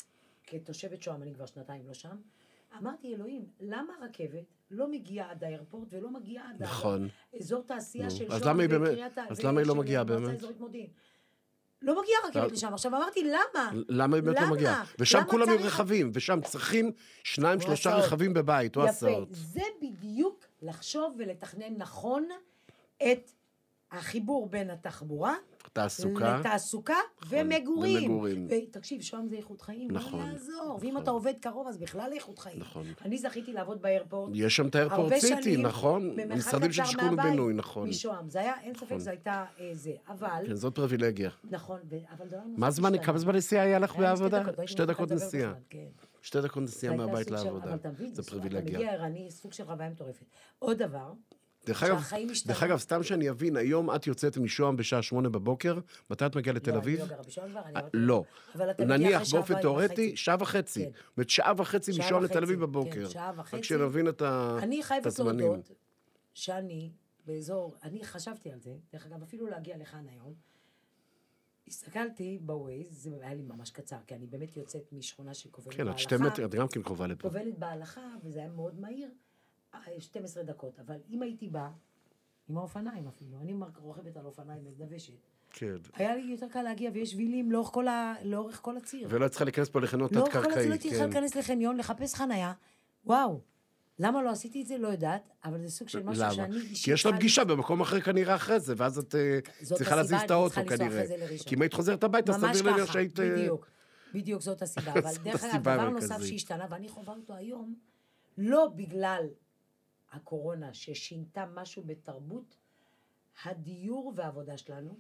Speaker 3: כתושבת שוהם, אני כבר שנתיים לא שם, אמרתי, אלוהים, למה הרכבת לא מגיעה עד האיירפורט ולא מגיעה עד
Speaker 2: נכון.
Speaker 3: אזור תעשייה
Speaker 2: נו,
Speaker 3: של
Speaker 2: אז
Speaker 3: שוהם
Speaker 2: למה היא באמת-
Speaker 3: וקריית ה-
Speaker 2: אז למה היא לא
Speaker 3: ושל
Speaker 2: מגיעה
Speaker 3: מועצה
Speaker 2: באמת?
Speaker 3: אזורית מודיעין? לא מגיעה רכבת
Speaker 2: אבל-
Speaker 3: לשם. עכשיו אמרתי, למה?
Speaker 2: למה היא באמת לא
Speaker 3: למה?
Speaker 2: מגיעה? ושם
Speaker 3: למה
Speaker 2: כולם עם
Speaker 3: צריך-
Speaker 2: רכבים, ושם צריכים שניים,
Speaker 3: או
Speaker 2: שלושה
Speaker 3: הסעות.
Speaker 2: רכבים בבית, או
Speaker 3: יפה,
Speaker 2: הסעות.
Speaker 3: זה בדיוק לחשוב ולתכנן נכון את החיבור בין התחבורה,
Speaker 2: תעסוקה.
Speaker 3: לתעסוקה ומגורים.
Speaker 2: ומגורים.
Speaker 3: ותקשיב, שם זה איכות חיים,
Speaker 2: נכון,
Speaker 3: לא יעזור. ואם
Speaker 2: נכון.
Speaker 3: אתה עובד קרוב, אז בכלל איכות חיים.
Speaker 2: נכון.
Speaker 3: אני זכיתי לעבוד באיירפורט.
Speaker 2: יש שם את האיירפורט
Speaker 3: הרבה
Speaker 2: סיטי,
Speaker 3: שנים,
Speaker 2: נכון?
Speaker 3: במרחק
Speaker 2: משרדים של
Speaker 3: קצר
Speaker 2: שיכון
Speaker 3: מהבית,
Speaker 2: ובינוי, נכון.
Speaker 3: משוהם. זה היה, אין ספק,
Speaker 2: נכון.
Speaker 3: זו הייתה אה, זה. אבל,
Speaker 2: כן, זאת פריבילגיה.
Speaker 3: נכון, ו- אבל דבר נוסף
Speaker 2: מה זמן,
Speaker 3: השתנה.
Speaker 2: כמה זמן נסיעה היה לך
Speaker 3: היה לי שתי
Speaker 2: בעבודה?
Speaker 3: דקות, לא הייתי
Speaker 2: שתי
Speaker 3: מצליחה
Speaker 2: דקות
Speaker 3: לדבר
Speaker 2: נסיעה.
Speaker 3: בכלל, כן.
Speaker 2: שתי דקות נסיעה
Speaker 3: זה הייתה
Speaker 2: מהבית
Speaker 3: סוג של-
Speaker 2: לעבודה.
Speaker 3: אבל אתה מבין,
Speaker 2: זה
Speaker 3: אתה
Speaker 2: פריבילגיה.
Speaker 3: מגיע ערני, סוג של חוויה מטורפת. עוד דבר,
Speaker 2: דרך אגב,
Speaker 3: שהחיים השתנו.
Speaker 2: דרך אגב, סתם שאני אבין, היום את יוצאת משוהם בשעה שמונה בבוקר, מתי את מגיעה לתל
Speaker 3: לא,
Speaker 2: אביב?
Speaker 3: אני לא גרה בשוהם כבר, אני
Speaker 2: אה,
Speaker 3: עברתי-
Speaker 2: לא.
Speaker 3: אבל אתה מגיע אחרי
Speaker 2: נניח
Speaker 3: שעה
Speaker 2: באופן
Speaker 3: וחצי.
Speaker 2: תיאורטי, שעה וחצי.
Speaker 3: כן.
Speaker 2: זאת אומרת, שעה וחצי
Speaker 3: שעה
Speaker 2: משוהם לתל
Speaker 3: וחצי,
Speaker 2: אביב
Speaker 3: כן,
Speaker 2: בבוקר.
Speaker 3: שעה וחצי.
Speaker 2: רק שנבין את ה-
Speaker 3: אני
Speaker 2: את
Speaker 3: חייבת
Speaker 2: הזמנים.
Speaker 3: להודות שאני באזור, אני חשבתי על זה, דרך אגב, אפילו להגיע לכאן היום, הסתכלתי בווייז, זה היה לי ממש קצר, כי אני באמת יוצאת משכונה שקובלת
Speaker 2: כן,
Speaker 3: בהלכה.
Speaker 2: את שתי מטר, את גם כן קרובה לפה.
Speaker 3: קובלת בהלכה, וזה היה מאוד מהיר, אה, שתים עשרה דקות. אבל אם הייתי באה, עם האופניים אפילו, אני רוכבת על אופניים מזדוושת,
Speaker 2: כן.
Speaker 3: היה לי יותר קל להגיע, ויש שבילים לאורך כל, ה... לאורך כל הציר.
Speaker 2: ולא צריכה להיכנס פה לחנות
Speaker 3: לאורך כל הציר לא
Speaker 2: תת-קרקעית,
Speaker 3: הייתי צריכה
Speaker 2: כן.
Speaker 3: להיכנס לחניון, לחפש חניה, וואו. למה לא עשיתי את זה? לא יודעת, אבל זה סוג של משהו
Speaker 2: למה?
Speaker 3: שאני...
Speaker 2: כי יש לה פגישה במקום אחר כנראה אחרי זה, ואז את אה,
Speaker 3: זאת
Speaker 2: צריכה
Speaker 3: הסיבה,
Speaker 2: להזיז
Speaker 3: אני
Speaker 2: את האוטו
Speaker 3: צריכה לנסוע
Speaker 2: כנראה.
Speaker 3: אחרי זה לראשון.
Speaker 2: כי אם היית חוזרת הביתה, אז
Speaker 3: ממש
Speaker 2: סביר להניח
Speaker 3: ככה,
Speaker 2: שהיית... אה,
Speaker 3: בדיוק, בדיוק זאת הסיבה. אבל
Speaker 2: זאת
Speaker 3: דרך אגב,
Speaker 2: הסיבה
Speaker 3: דבר
Speaker 2: המרכזית.
Speaker 3: נוסף שהשתנה, ואני חווה אותו היום, לא בגלל הקורונה ששינתה משהו בתרבות, הדיור והעבודה שלנו,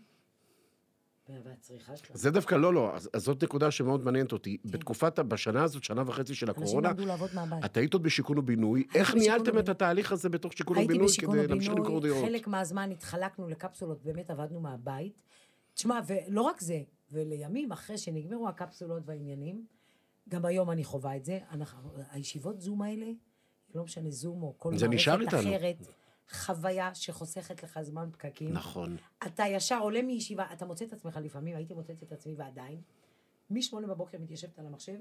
Speaker 3: והצריכה שלנו.
Speaker 2: זה דווקא לא, לא, אז, אז זאת נקודה שמאוד מעניינת אותי. בתקופת, בשנה הזאת, שנה וחצי של
Speaker 3: אנשים
Speaker 2: הקורונה,
Speaker 3: למדו לעבוד מהבית.
Speaker 2: את היית עוד בשיכון ובינוי, איך
Speaker 3: בשיכון
Speaker 2: ניהלתם את
Speaker 3: ובינוי.
Speaker 2: התהליך הזה בתוך שיכון
Speaker 3: הייתי
Speaker 2: ובינוי,
Speaker 3: בשיכון
Speaker 2: כדי להמשיך למכור
Speaker 3: ובינוי,
Speaker 2: דירות?
Speaker 3: חלק מהזמן התחלקנו לקפסולות, באמת עבדנו מהבית. תשמע, ולא רק זה, ולימים אחרי שנגמרו הקפסולות והעניינים, גם היום אני חווה את זה, אנחנו, הישיבות זום האלה, לא משנה זום או כל
Speaker 2: זה נשאר
Speaker 3: מערכת
Speaker 2: איתנו.
Speaker 3: אחרת, חוויה שחוסכת לך זמן פקקים.
Speaker 2: נכון.
Speaker 3: אתה ישר עולה מישיבה, אתה מוצא את עצמך לפעמים, הייתי מוצאת את עצמי ועדיין, משמונה בבוקר מתיישבת על המחשב,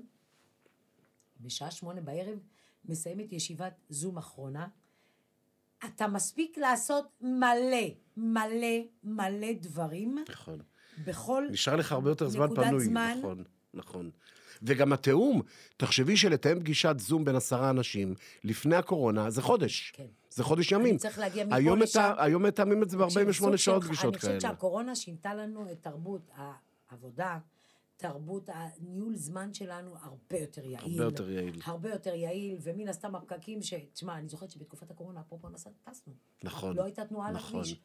Speaker 3: בשעה שמונה בערב מסיימת ישיבת זום אחרונה, אתה מספיק לעשות מלא, מלא, מלא דברים,
Speaker 2: נכון.
Speaker 3: בכל
Speaker 2: נשאר לך הרבה יותר זמן
Speaker 3: נקודת
Speaker 2: פנוי.
Speaker 3: זמן.
Speaker 2: נכון, נכון. וגם התיאום, תחשבי שלתאם פגישת זום בין עשרה אנשים, לפני הקורונה, זה חודש.
Speaker 3: כן.
Speaker 2: זה חודש ימים.
Speaker 3: אני צריך להגיע מפה
Speaker 2: היום
Speaker 3: לשם.
Speaker 2: מת- היום מתאמים את זה ב-ארבעים ושמונה
Speaker 3: סוג
Speaker 2: שעות
Speaker 3: של-
Speaker 2: פגישות
Speaker 3: אני חושבת
Speaker 2: כאלה.
Speaker 3: שהקורונה שינתה לנו את תרבות העבודה, תרבות הניהול זמן שלנו הרבה יותר יעיל.
Speaker 2: הרבה יותר יעיל.
Speaker 3: הרבה יותר יעיל, ומן הסתם הפקקים ש... תשמע, אני זוכרת שבתקופת הקורונה, אפרופו נסע, טסנו.
Speaker 2: נכון.
Speaker 3: לא הייתה תנועה על
Speaker 2: נכון.
Speaker 3: הכביש.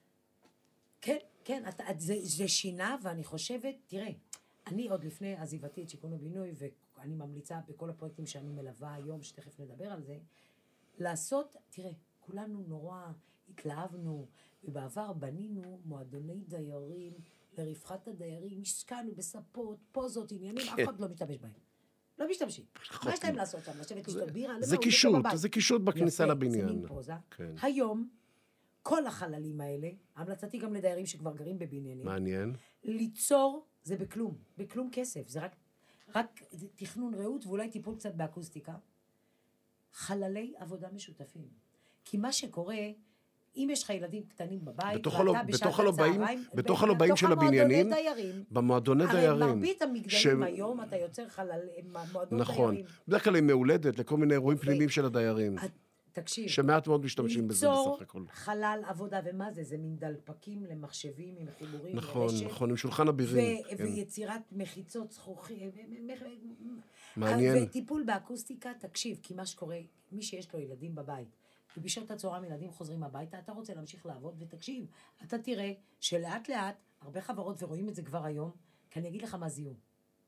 Speaker 3: כן, כן, אתה, זה, זה שינה, ואני חושבת, תראה, אני עוד לפני עזיבתי את שיכון ובינוי, ואני ממליצה בכל הפרויקטים שאני מלווה היום, שתכף נדבר על זה, לעשות, תראה, כולנו נורא התלהבנו, ובעבר בנינו מועדוני דיירים, לרווחת הדיירים, השקענו בספות, פוזות, עניינים, אף אחד לא משתמש בהם. לא משתמשים. מה יש להם לעשות שם? לשבת לשתות בירה?
Speaker 2: זה קישוט, זה קישוט בכניסה לבניין.
Speaker 3: זה מין פוזה. היום, כל החללים האלה, המלצתי גם לדיירים שכבר גרים בבניינים.
Speaker 2: מעניין.
Speaker 3: ליצור, זה בכלום, בכלום כסף, זה רק, רק תכנון ראות ואולי טיפול קצת באקוסטיקה. חללי עבודה משותפים. כי מה שקורה, אם יש לך ילדים קטנים בבית,
Speaker 2: בתוך
Speaker 3: ואתה בשעת
Speaker 2: הלובעים,
Speaker 3: הצהריים,
Speaker 2: בתוך הלובעים של הבניינים, במועדוני דיירים.
Speaker 3: הרי מרבית המגדלים היום, אתה יוצר חלל, מועדון
Speaker 2: נכון.
Speaker 3: דיירים.
Speaker 2: בדרך כלל עם מעולדת, לכל מיני אירועים פנימיים של הדיירים.
Speaker 3: תקשיב.
Speaker 2: שמעט מאוד משתמשים בזה בסך הכל.
Speaker 3: ליצור חלל עבודה, ומה זה? זה מין דלפקים למחשבים עם חיבורים
Speaker 2: נכון,
Speaker 3: לרשת.
Speaker 2: נכון, עם שולחן אבירים.
Speaker 3: ויצירת מחיצות זכוכי.
Speaker 2: מעניין.
Speaker 3: וטיפול באקוסטיקה, תקשיב, כי מה שקורה, מי שיש לו ילדים בבית, ובשעות הצהריים ילדים חוזרים הביתה, אתה רוצה להמשיך לעבוד, ותקשיב, אתה תראה שלאט לאט, הרבה חברות, ורואים את זה כבר היום, כי אני אגיד לך מה זיהו.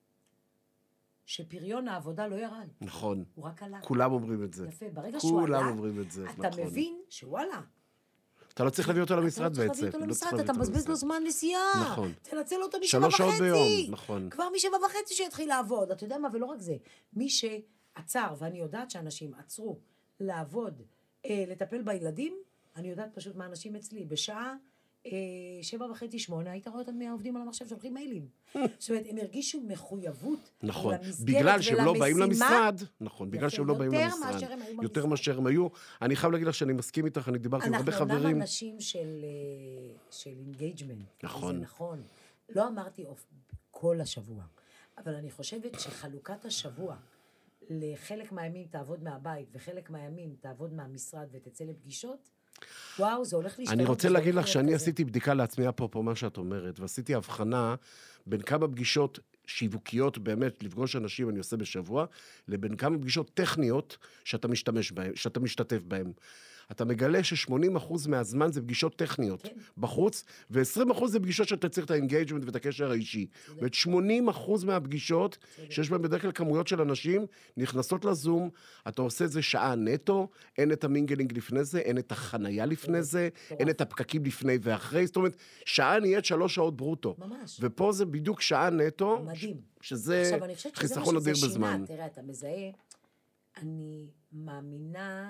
Speaker 3: שפריון העבודה לא ירד.
Speaker 2: נכון.
Speaker 3: הוא רק עלה.
Speaker 2: כולם אומרים את זה.
Speaker 3: יפה, ברגע שהוא עלה,
Speaker 2: כולם אומרים את זה,
Speaker 3: אתה
Speaker 2: נכון.
Speaker 3: מבין שוואלה.
Speaker 2: אתה לא צריך להביא אותו למשרד בעצם.
Speaker 3: אתה לא צריך להביא אותו למשרד, אתה מבזבז לו זמן נסיעה.
Speaker 2: נכון.
Speaker 3: תנצל אותו משבע
Speaker 2: שלוש שעות
Speaker 3: וחצי.
Speaker 2: ביום, נכון.
Speaker 3: כבר משבע וחצי שיתחיל לעבוד. אתה יודע מה, ולא רק זה. מי שעצר, ואני יודעת שאנשים עצרו לעבוד, אה, לטפל בילדים, אני יודעת פשוט מה אנשים אצלי. בשעה אה, שבע וחצי, שמונה, היית רואה אותם מהעובדים על המחשב, שולחים מיילים. זאת אומרת, הם הרגישו מחויבות
Speaker 2: נכון,
Speaker 3: למסגרת
Speaker 2: בגלל שהם לא באים
Speaker 3: ולמשימה.
Speaker 2: למשרד, נכון, בגלל שהם לא באים
Speaker 3: יותר
Speaker 2: למשרד,
Speaker 3: מאשר הם היו
Speaker 2: יותר
Speaker 3: במשרד.
Speaker 2: מאשר הם היו, אני חייב להגיד לך שאני מסכים איתך, אני דיברתי עם הרבה
Speaker 3: אנחנו
Speaker 2: חברים.
Speaker 3: אומנם אנשים של, אה, של אינגייג'מנט.
Speaker 2: נכון.
Speaker 3: זה נכון. לא אמרתי אוף, כל השבוע, אבל אני חושבת שחלוקת השבוע, לחלק מהימים תעבוד מהבית, וחלק מהימים תעבוד מהמשרד ותצא לפגישות, וואו, זה הולך להשתנות.
Speaker 2: אני רוצה להגיד לך
Speaker 3: כזה.
Speaker 2: שאני עשיתי בדיקה לעצמי אפרופו מה שאת אומרת, ועשיתי הבחנה בין כמה פגישות שיווקיות באמת לפגוש אנשים אני עושה בשבוע, לבין כמה פגישות טכניות שאתה משתמש בהן, שאתה משתתף בהן. אתה מגלה ש-שמונים אחוז מהזמן זה פגישות טכניות
Speaker 3: כן.
Speaker 2: בחוץ, ו-עשרים אחוז זה פגישות שאתה צריך את האינגייג'מנט ואת הקשר האישי. ואת שמונים אחוז מהפגישות, שיש בהן בדרך כלל כמויות של אנשים, נכנסות לזום, אתה עושה את זה שעה נטו, אין את המינגלינג לפני זה, אין את החנייה לפני זה, אין את הפקקים לפני ואחרי, זאת אומרת, שעה נהיית שלוש שעות ברוטו.
Speaker 3: ממש.
Speaker 2: ופה זה בדיוק שעה נטו,
Speaker 3: מדהים.
Speaker 2: שזה
Speaker 3: עכשיו, אני חושבת שזה מה
Speaker 2: חיסכון אדיר
Speaker 3: שזה
Speaker 2: בזמן.
Speaker 3: שינה. תראה, אתה מזהה, אני מאמינה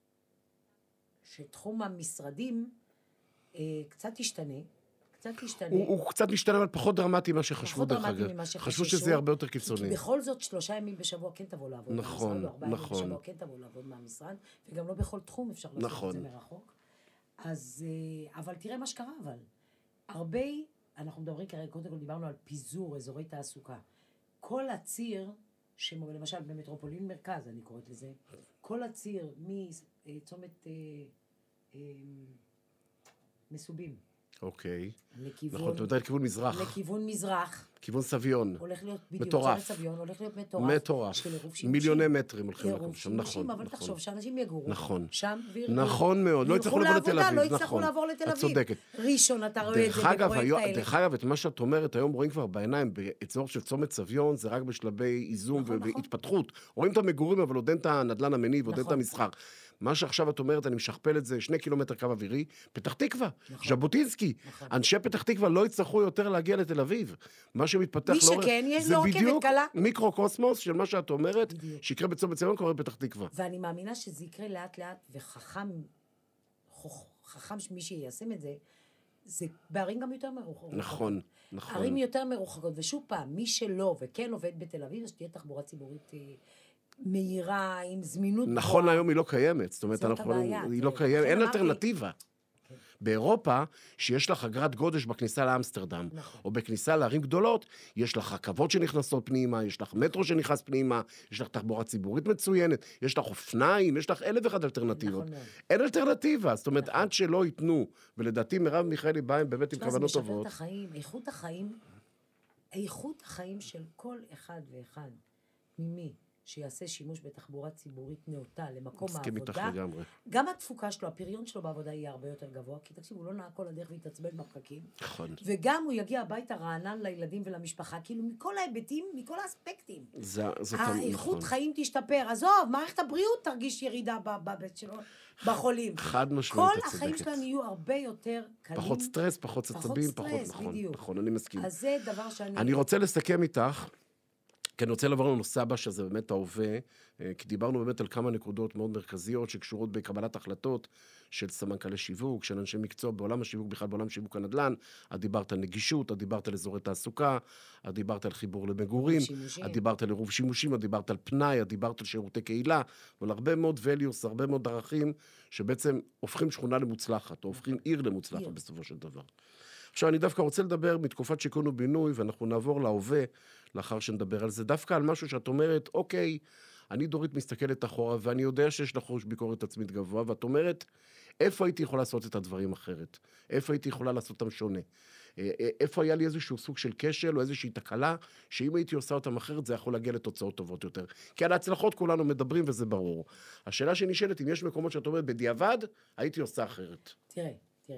Speaker 3: שתחום המשרדים אה, קצת ישתנה, קצת ישתנה.
Speaker 2: הוא, הוא קצת משתנה, אבל פחות דרמטי ממה שחשבו
Speaker 3: פחות
Speaker 2: דרך
Speaker 3: דרמטי
Speaker 2: אגב.
Speaker 3: ממה שחששו.
Speaker 2: חשבו שזה יהיה הרבה יותר
Speaker 3: כי
Speaker 2: קיצוני.
Speaker 3: בכל זאת שלושה ימים בשבוע כן תבוא לעבוד
Speaker 2: נכון,
Speaker 3: מהמשרד, או ארבעה ימים
Speaker 2: נכון.
Speaker 3: בשבוע כן תבוא לעבוד מהמשרד, וגם לא בכל תחום אפשר לעשות
Speaker 2: נכון.
Speaker 3: את זה מרחוק. אז, אה, אבל תראה מה שקרה, אבל. הרבה, אנחנו מדברים כרגע, קודם כל דיברנו על פיזור אזורי תעסוקה. כל הציר, למשל במטרופולין מרכז, אני קוראת לזה, כל הציר מצומת אה, אה, מסובים.
Speaker 2: אוקיי.
Speaker 3: לכיוון,
Speaker 2: נכון, אתה יודע, לכיוון מזרח.
Speaker 3: לכיוון מזרח.
Speaker 2: כיוון סביון.
Speaker 3: הולך להיות בדיוק,
Speaker 2: מטורף.
Speaker 3: צומת סביון, הולך להיות מטורף.
Speaker 2: מטורף.
Speaker 3: של עירוב שימושים.
Speaker 2: מיליוני מטרים הולכים לקום
Speaker 3: עירוב
Speaker 2: שם,
Speaker 3: שימושים,
Speaker 2: נכון.
Speaker 3: אבל
Speaker 2: נכון.
Speaker 3: תחשוב שאנשים יגורו.
Speaker 2: נכון.
Speaker 3: שם וירדו.
Speaker 2: נכון מאוד, לא יצטרכו לעבור לתל אביב,
Speaker 3: לא יצטרכו
Speaker 2: נכון.
Speaker 3: לעבור לתל
Speaker 2: את
Speaker 3: אביב.
Speaker 2: צודקת.
Speaker 3: ראשון, אתה רואה את זה בפרויקט האלה.
Speaker 2: דרך אגב, את מה שאת אומרת, היום רואים כבר בעיניים, באזור של צומת סביון, זה רק בשלבי איזום
Speaker 3: נכון, נכון.
Speaker 2: והתפתחות. רואים את המגורים, אבל עוד אין את הנדלן המניב, עוד אין את
Speaker 3: נכון.
Speaker 2: המסחר. מה שעכשיו את אומרת, אני משכפל את זה, שני קילומטר קו אווירי, פתח תקווה,
Speaker 3: נכון.
Speaker 2: ז'בוטינסקי.
Speaker 3: נכון.
Speaker 2: אנשי פתח תקווה לא יצטרכו יותר להגיע לתל אביב. מה שמתפתח
Speaker 3: מי
Speaker 2: לאורך-
Speaker 3: שכן, יש
Speaker 2: זה
Speaker 3: לו רכבת
Speaker 2: בדיוק
Speaker 3: קלה.
Speaker 2: מיקרו-קוסמוס של מה שאת אומרת,
Speaker 3: בדיוק.
Speaker 2: שיקרה בצומת סביון, קורה בפתח תקווה.
Speaker 3: ואני מאמינה שזה יקרה לאט לאט, וחכם, חוכ- חכם שמי שיישם את זה, זה בערים גם יותר מרוחקות.
Speaker 2: נכון, נכון.
Speaker 3: ערים יותר מרוחקות, ושוב פעם, מי שלא וכן עובד בתל אביב, אז שתהיה תחבורה ציבורית אה, מהירה, עם זמינות גבוהה.
Speaker 2: נכון, היום היא לא קיימת. זאת אומרת,
Speaker 3: זאת
Speaker 2: אנחנו...
Speaker 3: הבעיה,
Speaker 2: היא
Speaker 3: תראה,
Speaker 2: לא קיימת,
Speaker 3: לכן
Speaker 2: אין
Speaker 3: אמרתי-
Speaker 2: אלטרנטיבה. באירופה, שיש לך אגרת גודש בכניסה לאמסטרדם,
Speaker 3: נכון.
Speaker 2: או בכניסה לערים גדולות, יש לך רכבות שנכנסות פנימה, יש לך מטרו שנכנס פנימה, יש לך תחבורה ציבורית מצוינת, יש לך אופניים, יש לך אלף ואחת אלטרנטיבות.
Speaker 3: נכון מאוד.
Speaker 2: אין אלטרנטיבה, זאת אומרת, עד שלא ייתנו, ולדעתי מרב מיכאלי באה עם באמת עם
Speaker 3: תשמע, זה
Speaker 2: כוונות
Speaker 3: משפר
Speaker 2: טובות.
Speaker 3: את החיים, איכות החיים, איכות החיים של כל אחד ואחד ממי שיעשה שימוש בתחבורה ציבורית נאותה למקום
Speaker 2: מסכים איתך
Speaker 3: העבודה,
Speaker 2: לגמרי.
Speaker 3: גם התפוקה שלו, הפריון שלו בעבודה יהיה הרבה יותר גבוה, כי תקשיב, הוא לא נעה כל הדרך והתעצבן בפקקים.
Speaker 2: נכון.
Speaker 3: וגם הוא יגיע הביתה רענן לילדים ולמשפחה, כאילו מכל ההיבטים, מכל האספקטים.
Speaker 2: זה, זאת
Speaker 3: האיכות
Speaker 2: נכון.
Speaker 3: חיים תשתפר. עזוב, מערכת הבריאות תרגיש ירידה בבית שלו, בחולים.
Speaker 2: חד משמעית,
Speaker 3: כל
Speaker 2: את
Speaker 3: החיים
Speaker 2: צודקת.
Speaker 3: שלנו יהיו הרבה יותר קלים.
Speaker 2: פחות סטרס, פחות עצבים, פחות,
Speaker 3: סטרס,
Speaker 2: נכון,
Speaker 3: בדיוק.
Speaker 2: נכון, אני מסכים.
Speaker 3: אז זה דבר שאני...
Speaker 2: אני רוצה לסכם איתך, כי אני רוצה לעבור לנושא הבא, שזה באמת ההווה, כי דיברנו באמת על כמה נקודות מאוד מרכזיות, שקשורות בקבלת החלטות של סמנכ"לי שיווק, של אנשי מקצוע בעולם השיווק, בכלל בעולם שיווק הנדל"ן. את דיברת על נגישות, את דיברת על אזורי תעסוקה, את דיברת על חיבור למגורים, את דיברת על עירוב שימושים, את דיברת על פנאי, את דיברת על שירותי קהילה, ועל הרבה מאוד values, הרבה מאוד ערכים, שבעצם הופכים שכונה למוצלחת, או הופכים עיר למוצלחת בסופו של דבר. עכשיו, אני דווקא רוצה לדבר מתקופת שיכון ובינוי, ואנחנו נעבור להווה, לאחר שנדבר על זה, דווקא על משהו שאת אומרת, אוקיי, אני דורית מסתכלת אחורה, ואני יודע שיש לך ראש ביקורת עצמית גבוה, ואת אומרת, איפה הייתי יכולה לעשות את הדברים אחרת? איפה הייתי יכולה לעשות אותם שונה? איפה היה לי איזשהו סוג של כשל, או איזושהי תקלה, שאם הייתי עושה אותם אחרת, זה יכול להגיע לתוצאות טובות יותר. כי על ההצלחות כולנו מדברים, וזה ברור. השאלה שנשאלת, אם יש מקומות שאת אומרת, בדיעבד, הייתי עושה אחרת.
Speaker 3: תראה, תראה.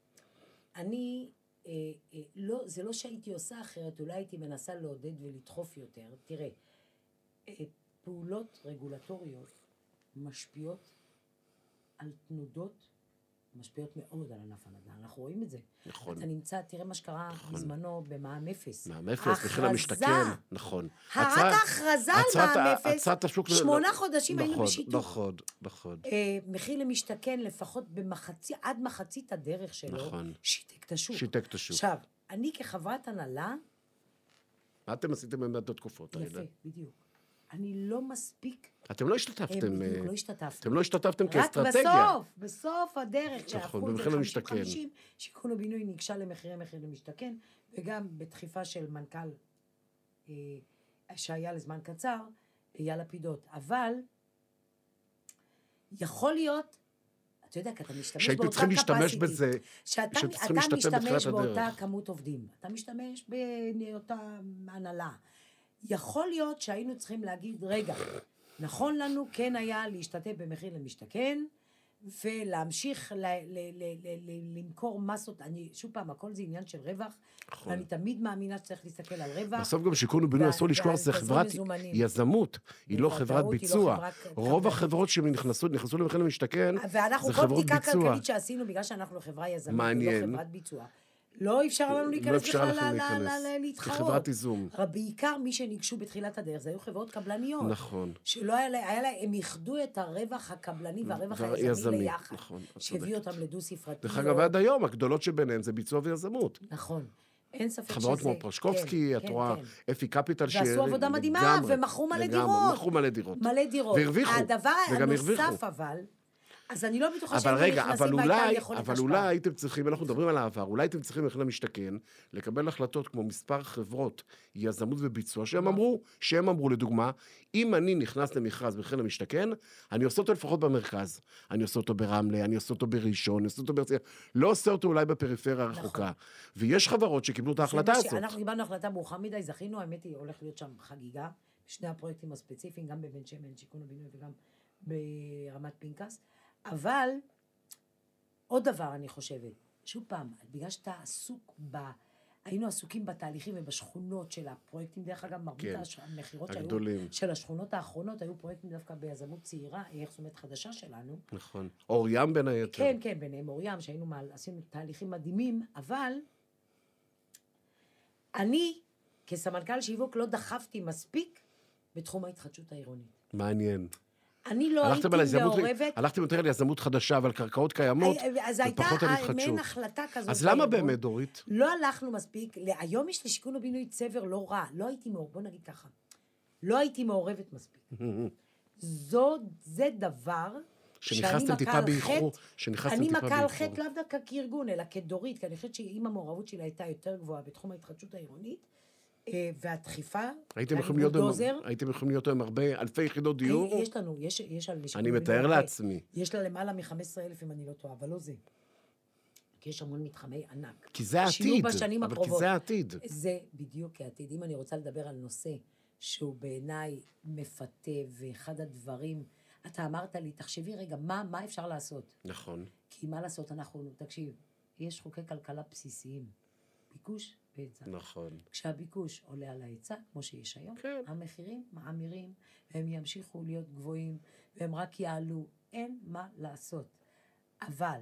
Speaker 3: אני... אה, אה, לא, זה לא שהייתי עושה אחרת, אולי הייתי מנסה לעודד ולדחוף יותר. תראה, אה, פעולות רגולטוריות משפיעות על תנודות, משפיעות מאוד על ענף הנדל"ן. אנחנו רואים את זה.
Speaker 2: נכון.
Speaker 3: אתה נמצא, תראה מה שקרה
Speaker 2: נכון.
Speaker 3: בזמנו במע"מ אפס.
Speaker 2: מע"מ אפס, מחיר למשתכן, נכון.
Speaker 3: רק ההכרזה על מע"מ אפס, שמונה חודשים היינו בשיתוף.
Speaker 2: נכון, נכון.
Speaker 3: מחיר למשתכן, לפחות במחצי, עד מחצית הדרך שלו, שיתק את השוק.
Speaker 2: שיתק את השוק.
Speaker 3: עכשיו, אני כחברת הנהלה...
Speaker 2: מה אתם עשיתם באמת בתקופות האלה?
Speaker 3: יפה, בדיוק. אני לא מספיק...
Speaker 2: אתם לא השתתפתם...
Speaker 3: בדיוק, לא השתתפתם.
Speaker 2: אתם לא השתתפתם כאסטרטגיה.
Speaker 3: רק בסוף, בסוף הדרך,
Speaker 2: נכון, במחיר למשתכן.
Speaker 3: שיכון ובינוי ניגשה למחירי מחיר למשתכן, וגם בדחיפה של מנכ"ל שהיה לזמן קצר, אייל לפידות. אבל יכול להיות, אתה יודע, כי אתה משתמש באותה
Speaker 2: צריכים להשתמש בזה,
Speaker 3: שאתה משתמש באותה כמות עובדים, אתה משתמש באותה הנהלה. יכול להיות שהיינו צריכים להגיד, רגע, נכון לנו כן היה להשתתף במחיר למשתכן, ולהמשיך ל- ל- ל- ל- למכור מסות, אני, שוב פעם, הכל זה עניין של רווח,
Speaker 2: נכון.
Speaker 3: ואני תמיד מאמינה שצריך להסתכל על רווח.
Speaker 2: בסוף גם שיכון ובינוי אסור לשכוח, זה חברת יזמות, היא לא חברת ביצוע. רוב החברות שנכנסו למחיר למשתכן,
Speaker 3: ואנחנו כל בדיקה כלכלית שעשינו, בגלל שאנחנו חברה יזמית, ולא חברת ביצוע. לא אפשר לנו להיכנס בכלל להתחרות.
Speaker 2: כחברת איזום.
Speaker 3: בעיקר מי שניגשו בתחילת הדרך, זה היו חברות קבלניות.
Speaker 2: נכון.
Speaker 3: שלא היה להם, הם איחדו את הרווח הקבלני והרווח היזמי ליחד. שהביא אותם לדו ספרתי.
Speaker 2: דרך אגב, עד היום, הגדולות שביניהם זה ביצוע ויזמות.
Speaker 3: נכון. אין ספק שזה...
Speaker 2: חברות כמו פרשקובסקי, את רואה, אפי קפיטל,
Speaker 3: ועשו עבודה מדהימה, ומכרו מלא דירות.
Speaker 2: מכרו מלא דירות.
Speaker 3: מלא דירות.
Speaker 2: והרוויחו.
Speaker 3: הדבר הנוסף אבל... אז אני לא בטוחה שהם נכנסים והייתה יכולת השפעה.
Speaker 2: אבל אולי הייתם צריכים, אנחנו מדברים על העבר, אולי הייתם צריכים במחיר למשתכן, לקבל החלטות כמו מספר חברות, יזמות וביצוע, שהם אמרו, שהם אמרו לדוגמה, אם אני נכנס למכרז במחיר למשתכן, אני עושה אותו לפחות במרכז. אני עושה אותו ברמלה, אני עושה אותו בראשון, אני עושה אותו ברצליה, לא עושה אותו אולי בפריפריה הרחוקה. ויש חברות שקיבלו את ההחלטה הזאת.
Speaker 3: אנחנו קיבלנו החלטה מאוחר מדי, זכינו, האמת היא, הולך להיות שם חגיגה, בשני הפרויקטים הספציפיים, גם בבן שמן, שיכון ובינוי וגם ברמת פנקס. אבל, עוד דבר אני חושבת, שוב פעם, בגלל שאתה עסוק ב... היינו עסוקים בתהליכים ובשכונות של הפרויקטים, דרך אגב, מרבית כן, המחירות שהיו, של השכונות האחרונות, היו פרויקטים דווקא ביזמות צעירה, איך זאת אומרת חדשה שלנו.
Speaker 2: נכון. אור ים בין היתר.
Speaker 3: כן, כן, ביניהם אור ים, שהיינו מעל, עשינו תהליכים מדהימים, אבל אני, כסמנכ"ל שיווק, לא דחפתי מספיק בתחום ההתחדשות העירונית.
Speaker 2: מעניין.
Speaker 3: אני לא הייתי מעורבת...
Speaker 2: הלכתם יותר על יזמות חדשה, אבל קרקעות קיימות,
Speaker 3: אז הייתה מעין החלטה כזאת.
Speaker 2: אז למה באמת, דורית?
Speaker 3: לא הלכנו מספיק, היום יש לשיכון ובינוי צבר לא רע, לא הייתי מעורבת, בוא נגיד ככה, לא הייתי מעורבת מספיק. זו, זה דבר
Speaker 2: שנכנסתם טיפה באיחור,
Speaker 3: אני מכה על חטא לאו דווקא כארגון, אלא כדורית, כי אני חושבת שאם המעורבות שלה הייתה יותר גבוהה בתחום ההתחדשות העירונית, והדחיפה,
Speaker 2: הייתם יכולים להיות עם הרבה אלפי יחידות דיור?
Speaker 3: יש לנו, יש על...
Speaker 2: אני מתאר לעצמי.
Speaker 3: יש לה למעלה מ-חמישה עשר אלף אם אני לא טועה, אבל לא זה. כי יש המון מתחמי ענק.
Speaker 2: כי זה העתיד,
Speaker 3: אבל
Speaker 2: כי זה העתיד.
Speaker 3: זה בדיוק העתיד. אם אני רוצה לדבר על נושא שהוא בעיניי מפתה, ואחד הדברים, אתה אמרת לי, תחשבי רגע, מה, מה אפשר לעשות?
Speaker 2: נכון.
Speaker 3: כי מה לעשות, אנחנו, תקשיב, יש חוקי כלכלה בסיסיים, ביקוש והיצע.
Speaker 2: נכון.
Speaker 3: כשהביקוש עולה על ההיצע, כמו שיש היום,
Speaker 2: כן.
Speaker 3: המחירים מאמירים, והם ימשיכו להיות גבוהים, והם רק יעלו, אין מה לעשות. אבל,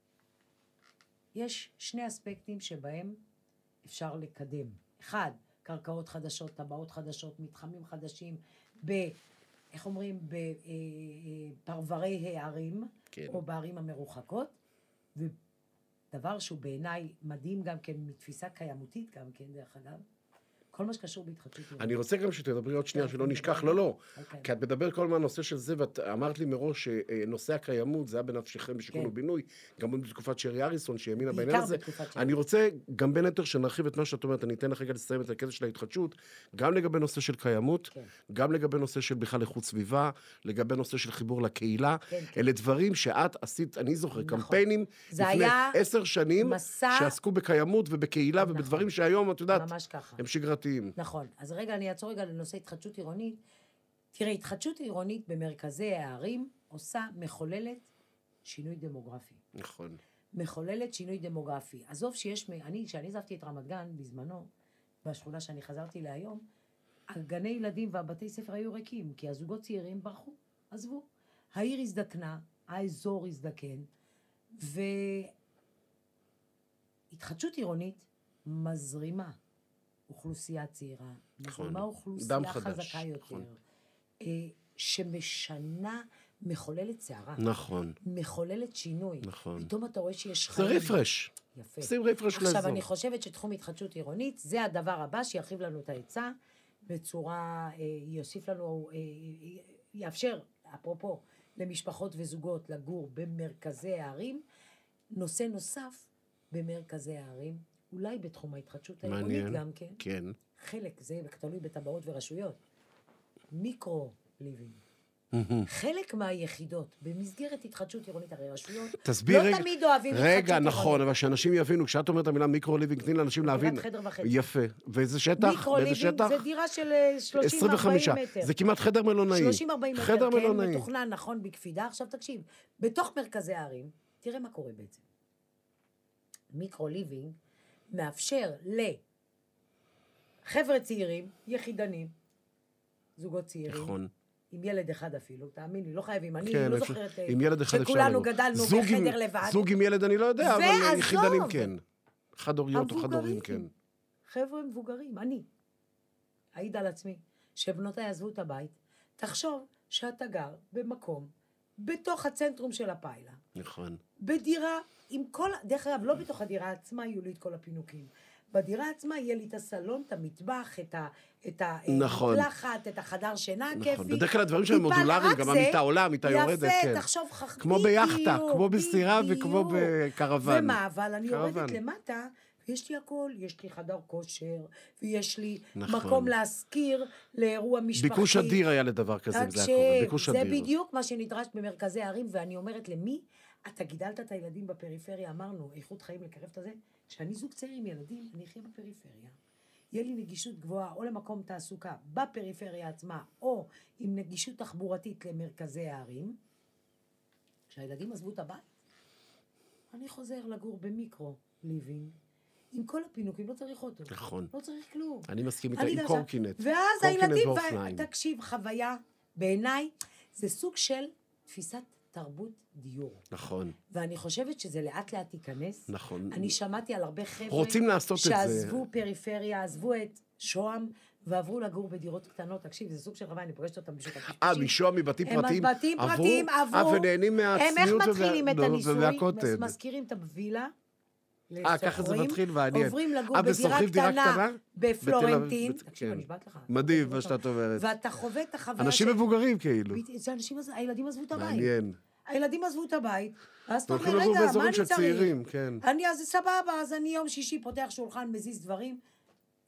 Speaker 3: יש שני אספקטים שבהם אפשר לקדם. אחד, קרקעות חדשות, טבעות חדשות, מתחמים חדשים, ב, איך אומרים, בפרברי הערים,
Speaker 2: כן.
Speaker 3: או בערים המרוחקות, ודבר שהוא בעיניי מדהים גם כן, מתפיסה קיימותית גם כן, דרך אגב, כל מה שקשור בהתחדשות עירונית.
Speaker 2: אני רוצה גם שתדברי עוד שנייה, שלא נשכח, לא, לא. כי את מדברת כל הזמן על הנושא של זה, ואת אמרת לי מראש שנושא הקיימות, זה היה בנפשכם בשיכון ובינוי, גם בתקופת שרי אריסון, שהאמינה בעניין הזה. אני רוצה גם בין היתר שנרחיב את מה שאת אומרת, אני אתן לך רגע לסיים את הקטע של ההתחדשות, גם לגבי נושא של קיימות, גם לגבי נושא של בכלל איכות סביבה, לגבי נושא של חיבור לקהילה. אלה דברים שאת עשית, אני זוכר, קמפיינים לפני עשר שנים, שעסקו בקיימות ובקהילה ובדברים שהיום, את יודעת, הם שגרתיים.
Speaker 3: נכון. אז רגע, אני אעצור רגע לנושא התחדשות עירונית. תראה, התחדשות עירונית במרכזי הערים עושה מחוללת שינוי דמוגרפי.
Speaker 2: נכון.
Speaker 3: מחוללת שינוי דמוגרפי. עזוב שיש, אני, כשאני עזבתי את רמת גן בזמנו, בשכונה שאני חזרתי להיום, הגני ילדים והבתי ספר היו ריקים, כי הזוגות צעירים ברחו, עזבו. העיר הזדקנה, האזור הזדקן, והתחדשות עירונית מזרימה. אוכלוסייה צעירה,
Speaker 2: נכון.
Speaker 3: מזרימה אוכלוסייה חזקה יותר, נכון. שמשנה, מחוללת שערה.
Speaker 2: נכון.
Speaker 3: מחוללת שינוי.
Speaker 2: נכון.
Speaker 3: פתאום אתה רואה שיש
Speaker 2: חיים. זה רפרש.
Speaker 3: יפה.
Speaker 2: שים רפרש לאזור.
Speaker 3: עכשיו, אני חושבת שתחום התחדשות עירונית, זה הדבר הבא שירחיב לנו את ההיצע, בצורה, יוסיף לנו, יאפשר, אפרופו, למשפחות וזוגות לגור במרכזי הערים, נושא נוסף במרכזי הערים, אולי בתחום ההתחדשות העירונית גם כן.
Speaker 2: כן.
Speaker 3: חלק, זה תלוי בטבעות ורשויות. מיקרו-ליבינג. חלק מהיחידות, במסגרת התחדשות עירונית, הרי רשויות,
Speaker 2: תסביר
Speaker 3: לא
Speaker 2: רגע,
Speaker 3: תמיד אוהבים התחדשות עירונית.
Speaker 2: רגע, נכון, אבל שאנשים יבינו, כשאת אומרת המילה מיקרו-ליבינג, תני לאנשים להבין.
Speaker 3: חדר וחצי.
Speaker 2: יפה. ואיזה שטח?
Speaker 3: מיקרו-ליבינג זה דירה של שלושים ארבעים מטר.
Speaker 2: זה כמעט חדר מלונאי.
Speaker 3: שלושים ארבעים מטר,
Speaker 2: חדר
Speaker 3: כן,
Speaker 2: מלונאי.
Speaker 3: מתוכנן, נכון, בקפידה. עכשיו תקשיב, בתוך מרכזי הערים, תראה מה קורה בעצם. מיקרו-ליבינג מאפשר לחבר'ה צעירים, יחידנים, זוגות צעירים,
Speaker 2: נכון.
Speaker 3: עם ילד אחד אפילו, תאמין לי, לא חייבים, אני
Speaker 2: כן,
Speaker 3: לא זוכרת
Speaker 2: עם ילד אחד אפשר
Speaker 3: שכולנו
Speaker 2: לנו.
Speaker 3: גדלנו
Speaker 2: זוג
Speaker 3: בחדר
Speaker 2: עם,
Speaker 3: לבד.
Speaker 2: זוג עם ילד אני לא יודע, אבל
Speaker 3: ועזוב.
Speaker 2: יחידנים כן. חד הוריות או חד הורים כן.
Speaker 3: חבר'ה מבוגרים, אני. העיד על עצמי, שבנותיי עזבו את הבית, תחשוב שאתה גר במקום, בתוך הצנטרום של הפיילה. נכון. בדירה, עם כל, דרך אגב, לא בתוך הדירה עצמה יהיו לי את כל הפינוקים. בדירה עצמה יהיה לי את הסלון, את המטבח, את ה... את המקלחת, את החדר שינה הכיפי.
Speaker 2: נכון, בדרך כלל הדברים שהם מודולריים, גם המיטה עולה, המיטה יורדת, כן.
Speaker 3: יפה, תחשוב חכמי.
Speaker 2: כמו ביחטה, כמו בסירה וכמו בקרוון.
Speaker 3: ומה, אבל אני יורדת למטה, ויש לי הכל, יש לי חדר כושר, ויש לי מקום להזכיר לאירוע משפחתי.
Speaker 2: ביקוש אדיר היה לדבר כזה, זה הכל, ביקוש אדיר.
Speaker 3: זה בדיוק מה שנדרש במרכזי הערים, ואני אומרת למי, אתה גידלת את הילדים בפריפריה, אמרנו, איכות חיים לקרב את זה, כשאני זוג צעיר עם ילדים, אני אחיה בפריפריה. יהיה לי נגישות גבוהה או למקום תעסוקה בפריפריה עצמה, או עם נגישות תחבורתית למרכזי הערים. כשהילדים עזבו את הבית, אני חוזר לגור במיקרו ליבינג, עם כל הפינוקים, לא צריך אותו.
Speaker 2: נכון.
Speaker 3: לא צריך כלום.
Speaker 2: אני מסכים איתה, עם קורקינט.
Speaker 3: ואז הילדים, תקשיב, חוויה, בעיניי, זה סוג של תפיסת תרבות דיור.
Speaker 2: נכון.
Speaker 3: ואני חושבת שזה לאט לאט ייכנס.
Speaker 2: נכון.
Speaker 3: אני שמעתי על הרבה חבר'ה
Speaker 2: רוצים לעשות את זה.
Speaker 3: שעזבו פריפריה, עזבו את שוהם, ועברו לגור בדירות קטנות. תקשיב, זה סוג של חוויה, אני פוגשת אותם בשביל הפשפשים.
Speaker 2: אה, משוהם מבתים פרטיים.
Speaker 3: הם בתים פרטיים עברו.
Speaker 2: אה, ונהנים מהצניעות
Speaker 3: הם איך מתחילים את הניסוי,
Speaker 2: והקוטב.
Speaker 3: מזכירים את הווילה.
Speaker 2: אה, ככה זה מתחיל ועניין.
Speaker 3: עוברים לגור בדירה קטנה בפלורנטין. תקשיב, אני נשבעת לך.
Speaker 2: מדהים, מה שאת אומרת.
Speaker 3: ואתה חווה את החוויה.
Speaker 2: אנשים מבוגרים כאילו.
Speaker 3: זה אנשים, הילדים עזבו את הבית.
Speaker 2: מעניין.
Speaker 3: הילדים עזבו את הבית, ואז אתה אומר,
Speaker 2: הולכים
Speaker 3: רגע, מה אני צריך?
Speaker 2: צעירים, כן.
Speaker 3: אני, אז סבבה, אז אני יום שישי פותח שולחן, מזיז דברים.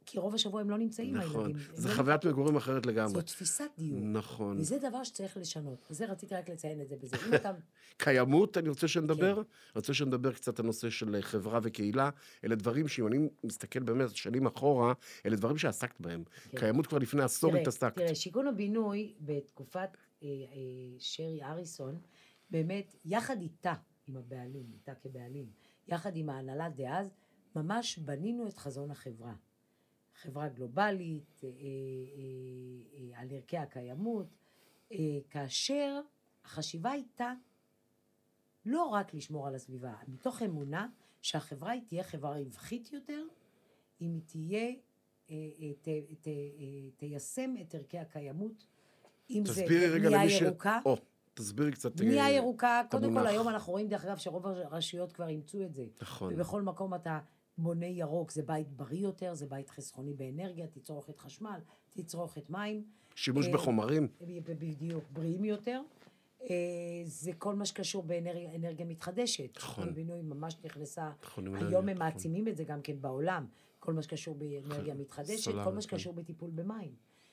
Speaker 3: כי רוב השבוע הם לא נמצאים,
Speaker 2: נכון,
Speaker 3: הילדים.
Speaker 2: זה
Speaker 3: לא...
Speaker 2: חוויית מגורים אחרת לגמרי.
Speaker 3: זו תפיסת דיור.
Speaker 2: נכון.
Speaker 3: וזה דבר שצריך לשנות. וזה רציתי רק לציין את זה בזה. אם אתה...
Speaker 2: קיימות, אני רוצה שנדבר.
Speaker 3: כן.
Speaker 2: אני רוצה שנדבר קצת על נושא של חברה וקהילה. אלה דברים שאם אני מסתכל באמת שנים אחורה, אלה דברים שעסקת בהם. כן. קיימות כבר לפני עשור התעסקת.
Speaker 3: תראה, שיכון הבינוי בתקופת אה, אה, שרי אריסון, באמת, יחד איתה, עם הבעלים, איתה כבעלים, יחד עם ההנהלה דאז, ממש בנינו את חזון החברה. חברה גלובלית, אה, אה, אה, על ערכי הקיימות, אה, כאשר החשיבה הייתה לא רק לשמור על הסביבה, מתוך אמונה שהחברה היא תהיה חברה רווחית יותר, אם היא תהיה, אה, אה, ת, ת, אה, תיישם את ערכי הקיימות, אם זה בנייה ירוקה.
Speaker 2: או, תסבירי קצת.
Speaker 3: בנייה ירוקה, קודם כל היום אנחנו רואים דרך אגב שרוב הרשויות כבר אימצו את זה.
Speaker 2: נכון.
Speaker 3: ובכל מקום אתה בונה ירוק, זה בית בריא יותר, זה בית חסכוני באנרגיה, תצרוכת חשמל, תצרוכת מים.
Speaker 2: שימוש בחומרים.
Speaker 3: בדיוק, בריאים יותר. זה כל מה שקשור באנרגיה מתחדשת.
Speaker 2: נכון.
Speaker 3: בינוי ממש נכנסה,
Speaker 2: נכון,
Speaker 3: היום הם מעצימים את זה גם כן בעולם, כל מה שקשור באנרגיה מתחדשת, כל מה שקשור בטיפול במים.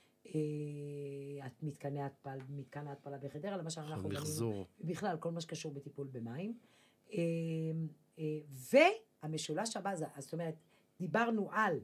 Speaker 3: את מתקני ההתפלה, מתקן ההתפלה בחדרה, למשל אנחנו בנינו, בכלל כל מה שקשור בטיפול במים. והמשולש הבא, זאת אומרת, דיברנו על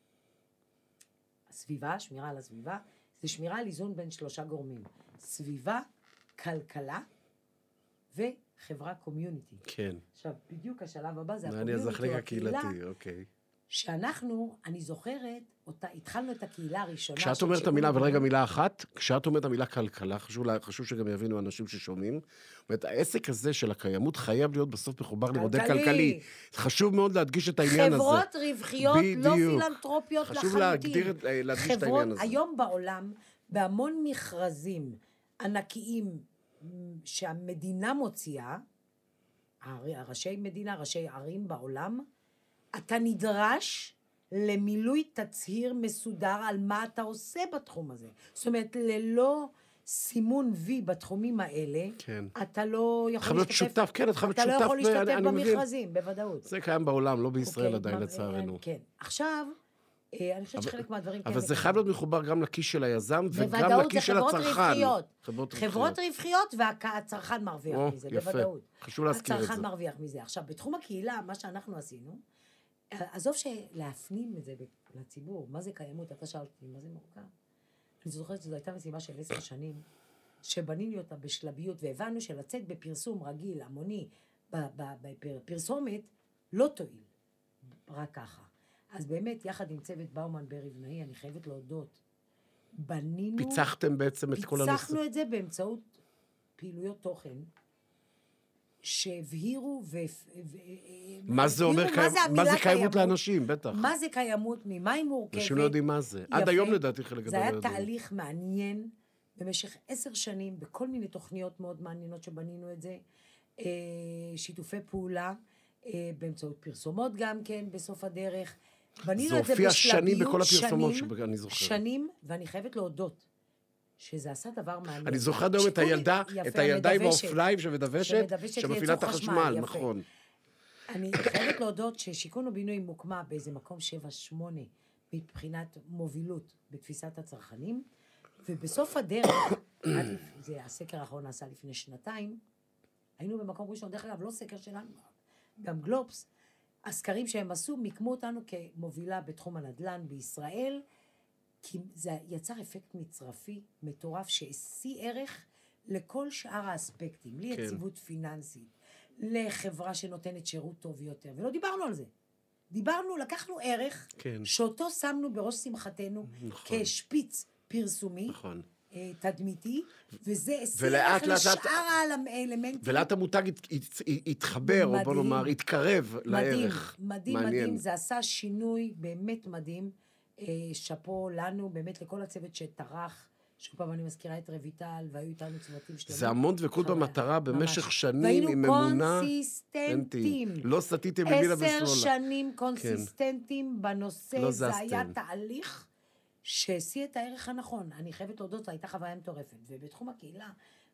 Speaker 3: הסביבה, שמירה על הסביבה, זה שמירה על איזון בין שלושה גורמים. סביבה, כלכלה וחברה קומיוניטי.
Speaker 2: כן.
Speaker 3: עכשיו, בדיוק השלב הבא זה
Speaker 2: הקומיוניטי. אני אזכלג הקהילתי, אוקיי.
Speaker 3: שאנחנו, אני זוכרת, אותה, התחלנו את הקהילה הראשונה.
Speaker 2: כשאת אומרת המילה, אבל רגע מילה אחת, כשאת אומרת המילה כלכלה, חשוב, חשוב שגם יבינו אנשים ששומעים, זאת אומרת, העסק הזה של הקיימות חייב להיות בסוף מחובר למודל כלכלי. חשוב מאוד להדגיש את העניין הזה.
Speaker 3: חברות רווחיות, לא פילנטרופיות לחלוטין.
Speaker 2: חשוב להגדיר, להדגיש את העניין הזה.
Speaker 3: היום בעולם, בהמון מכרזים ענקיים שהמדינה מוציאה, ראשי מדינה, ראשי ערים בעולם, אתה נדרש למילוי תצהיר מסודר על מה אתה עושה בתחום הזה. זאת אומרת, ללא סימון וי בתחומים האלה,
Speaker 2: כן.
Speaker 3: אתה לא יכול
Speaker 2: להשתתף, שותף, כן, אתה
Speaker 3: אתה לא יכול להשתתף במכרזים, בוודאות.
Speaker 2: זה קיים בעולם, לא בישראל עדיין לצערנו.
Speaker 3: כן. עכשיו, אני חושבת שחלק מהדברים...
Speaker 2: אבל זה חייב להיות מחובר גם לכיס של היזם, וגם לכיס של הצרכן.
Speaker 3: בוודאות, זה חברות רווחיות, והצרכן מרוויח מזה, בוודאות.
Speaker 2: חשוב להזכיר את זה.
Speaker 3: הצרכן מרוויח מזה. עכשיו, בתחום הקהילה, מה שאנחנו עשינו, עזוב שלהפנים את זה לציבור, מה זה קיימות, אתה שאלת אותי, מה זה מורכב? אני זוכרת שזו הייתה משימה של עשר שנים, שבנינו אותה בשלביות, והבנו שלצאת בפרסום רגיל, המוני, בפרסומת, לא תועיל, רק ככה. אז באמת, יחד עם צוות באומן ברי בנאי, אני חייבת להודות, בנינו...
Speaker 2: פיצחתם בעצם את כל הנושא.
Speaker 3: פיצחנו את זה באמצעות פעילויות תוכן, שהבהירו ו...
Speaker 2: מה זה אומר, מה זה קיימות לאנשים, בטח.
Speaker 3: מה זה קיימות, ממה היא מורכבת.
Speaker 2: אנשים לא יודעים מה זה. עד היום לדעתי חלק גדול לא יודעים.
Speaker 3: זה היה תהליך מעניין, במשך עשר שנים, בכל מיני תוכניות מאוד מעניינות שבנינו את זה, שיתופי פעולה, באמצעות פרסומות גם כן, בסוף הדרך. בנינו את זה בשלביות,
Speaker 2: שנים בכל הפרסומות שאני זוכר.
Speaker 3: שנים, ואני חייבת להודות, שזה עשה דבר מעניין.
Speaker 2: אני זוכר היום את הילדה, את הילדה עם האופניים שמדוושת, שמפעילה את החשמל, נכון.
Speaker 3: אני חייבת להודות ששיכון ובינוי מוקמה באיזה מקום שבע שמונה, מבחינת מובילות בתפיסת הצרכנים, ובסוף הדרך, זה הסקר האחרון נעשה לפני שנתיים, היינו במקום ראשון, דרך אגב, לא סקר שלנו, גם גלובס, הסקרים שהם עשו, מיקמו אותנו כמובילה בתחום הנדל"ן בישראל, כי זה יצר אפקט מצרפי מטורף שהשיא ערך לכל שאר האספקטים, ליציבות פיננסית, לחברה שנותנת שירות טוב יותר, ולא דיברנו על זה. דיברנו, לקחנו ערך,
Speaker 2: כן.
Speaker 3: שאותו שמנו בראש שמחתנו, נכון. כשפיץ פרסומי, נכון. תדמיתי, וזה השיא ערך לשאר האלמנטים.
Speaker 2: ולאט המותג התחבר, או בוא נאמר, התקרב לערך.
Speaker 3: מדהים, מדהים, מדהים, זה עשה שינוי באמת מדהים, שפו לנו, באמת לכל הצוות שטרח, שוב פעם אני מזכירה את רויטל, והיו איתנו צוותים שלנו.
Speaker 2: זה המון דבקות במטרה במשך שנים, עם אמונה.
Speaker 3: והיינו קונסיסטנטים.
Speaker 2: לא סטיתם במילה וסלולה.
Speaker 3: עשר שנים קונסיסטנטים בנושא, זה היה תהליך שהשיא את הערך הנכון. אני חייבת להודות, זו הייתה חוויה מטורפת. ובתחום הקהילה,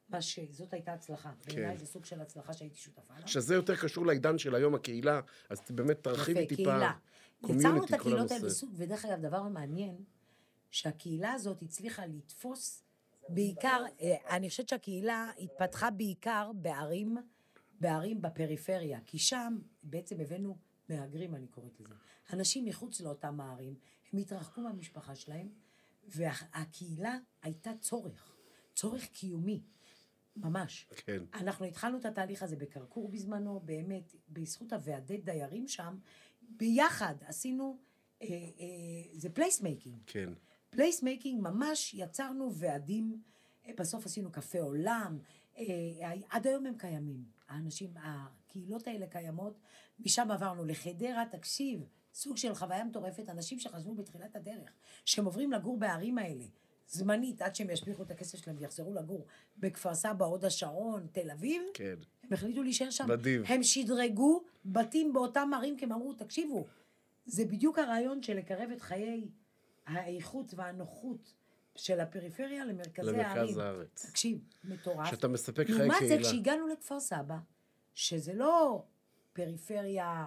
Speaker 3: מה שזאת הייתה הצלחה. בעיניי זה סוג של הצלחה שהייתי שותפה לה.
Speaker 2: שזה יותר קשור לעידן של היום הקהילה, אז באמת תרחיבי טיפה.
Speaker 3: קהילה. יצרנו
Speaker 2: קומיוניטי,
Speaker 3: את
Speaker 2: כל
Speaker 3: הקהילות האלה
Speaker 2: הנושא.
Speaker 3: בסוג, ודרך אגב, דבר מעניין, שהקהילה הזאת הצליחה לתפוס בעיקר, אה, אני חושבת שהקהילה התפתחה בעיקר בערים, בערים בפריפריה, כי שם בעצם הבאנו מהגרים, אני קוראת לזה. אנשים מחוץ לאותם הערים, הם התרחקו מהמשפחה שלהם, והקהילה הייתה צורך, צורך קיומי, ממש.
Speaker 2: כן.
Speaker 3: אנחנו התחלנו את התהליך הזה בקרקור בזמנו, באמת, בזכות הוועדי דיירים שם, ביחד עשינו, אה, אה, זה פלייסמייקינג.
Speaker 2: כן.
Speaker 3: פלייסמייקינג, ממש יצרנו ועדים, אה, בסוף עשינו קפה עולם, אה, עד היום הם קיימים. האנשים, הקהילות האלה קיימות, משם עברנו לחדרה, תקשיב, סוג של חוויה מטורפת, אנשים שחשבו בתחילת הדרך, שהם עוברים לגור בערים האלה, זמנית, עד שהם ישפיכו את הכסף שלהם ויחזרו לגור בכפר סבא, הוד השרון, תל אביב,
Speaker 2: כן.
Speaker 3: הם החליטו להישאר שם.
Speaker 2: מדהים.
Speaker 3: הם שדרגו בתים באותם ערים, כי הם אמרו, תקשיבו, זה בדיוק הרעיון של לקרב את חיי האיכות והנוחות של הפריפריה למרכזי הערים.
Speaker 2: למרכז הארץ.
Speaker 3: תקשיב, מטורף.
Speaker 2: שאתה מספק חיי
Speaker 3: לעומת
Speaker 2: קהילה.
Speaker 3: זה, כשהגענו לכפר סבא, שזה לא פריפריה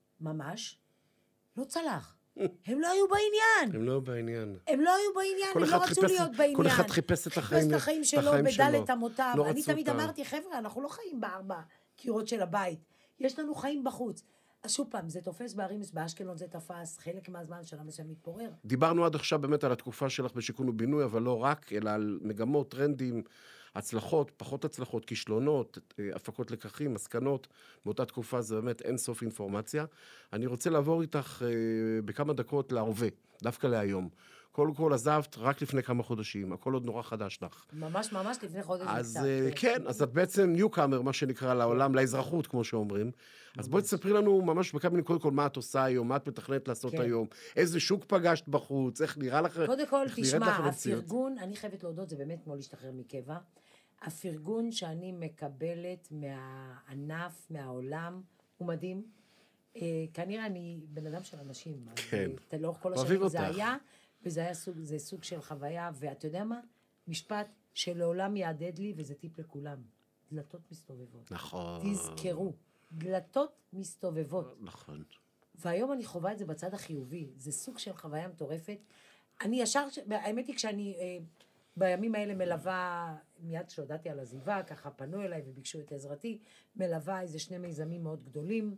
Speaker 3: ממש, לא צלח. הם לא היו בעניין.
Speaker 2: הם לא בעניין.
Speaker 3: הם לא היו בעניין, הם לא רצו
Speaker 2: חיפש,
Speaker 3: להיות בעניין.
Speaker 2: כל אחד חיפש את החיים,
Speaker 3: חיפש את החיים שלו בדלת אמותיו.
Speaker 2: לא
Speaker 3: אני תמיד
Speaker 2: אותם.
Speaker 3: אמרתי, חבר'ה, אנחנו לא חיים בארבע קירות של הבית. יש לנו חיים בחוץ. אז שוב פעם, זה תופס בערים, באשקלון זה תפס, חלק מהזמן שלנו זה מתפורר.
Speaker 2: דיברנו עד עכשיו באמת על התקופה שלך בשיכון ובינוי, אבל לא רק, אלא על מגמות, טרנדים, הצלחות, פחות הצלחות, כישלונות, הפקות לקחים, מסקנות. באותה תקופה זה באמת אין סוף אינפורמציה. אני רוצה לעבור איתך אה, בכמה דקות להווה, דווקא להיום. קודם כל עזבת רק לפני כמה חודשים, הכל עוד נורא חדש לך.
Speaker 3: ממש ממש לפני חודש
Speaker 2: אז
Speaker 3: וקצת.
Speaker 2: אה, כן, אז את בעצם ניוקאמר, מה שנקרא, לעולם, לאזרחות, כמו שאומרים. אז בואי תספרי לנו ממש בכמה מילים, קודם כל, מה את עושה היום, מה את מתכננת לעשות
Speaker 3: כן.
Speaker 2: היום, איזה שוק פגשת בחוץ, איך נראה לך,
Speaker 3: קודם כל,
Speaker 2: איך נראית
Speaker 3: תשמע,
Speaker 2: לך המציאות?
Speaker 3: הפרגון, אני חייבת להודות, זה באמת כמו להשתחרר מקבע. הפרגון שאני מקבלת מהענף, מהעולם, הוא מדהים. אה, כנראה אני בן אדם של אנשים.
Speaker 2: כן.
Speaker 3: אז, לאורך כל
Speaker 2: אוהבים
Speaker 3: השנים
Speaker 2: אותך.
Speaker 3: זה היה, וזה היה סוג, זה סוג של חוויה, ואתה יודע מה? משפט שלעולם יעדד לי, וזה טיפ לכולם. דלתות מסתובבות.
Speaker 2: נכון.
Speaker 3: תזכרו, דלתות מסתובבות.
Speaker 2: נכון.
Speaker 3: והיום אני חווה את זה בצד החיובי. זה סוג של חוויה מטורפת. אני ישר, האמת היא כשאני אה, בימים האלה מלווה, מיד כשהודעתי על עזיבה, ככה פנו אליי וביקשו את עזרתי, מלווה איזה שני מיזמים מאוד גדולים,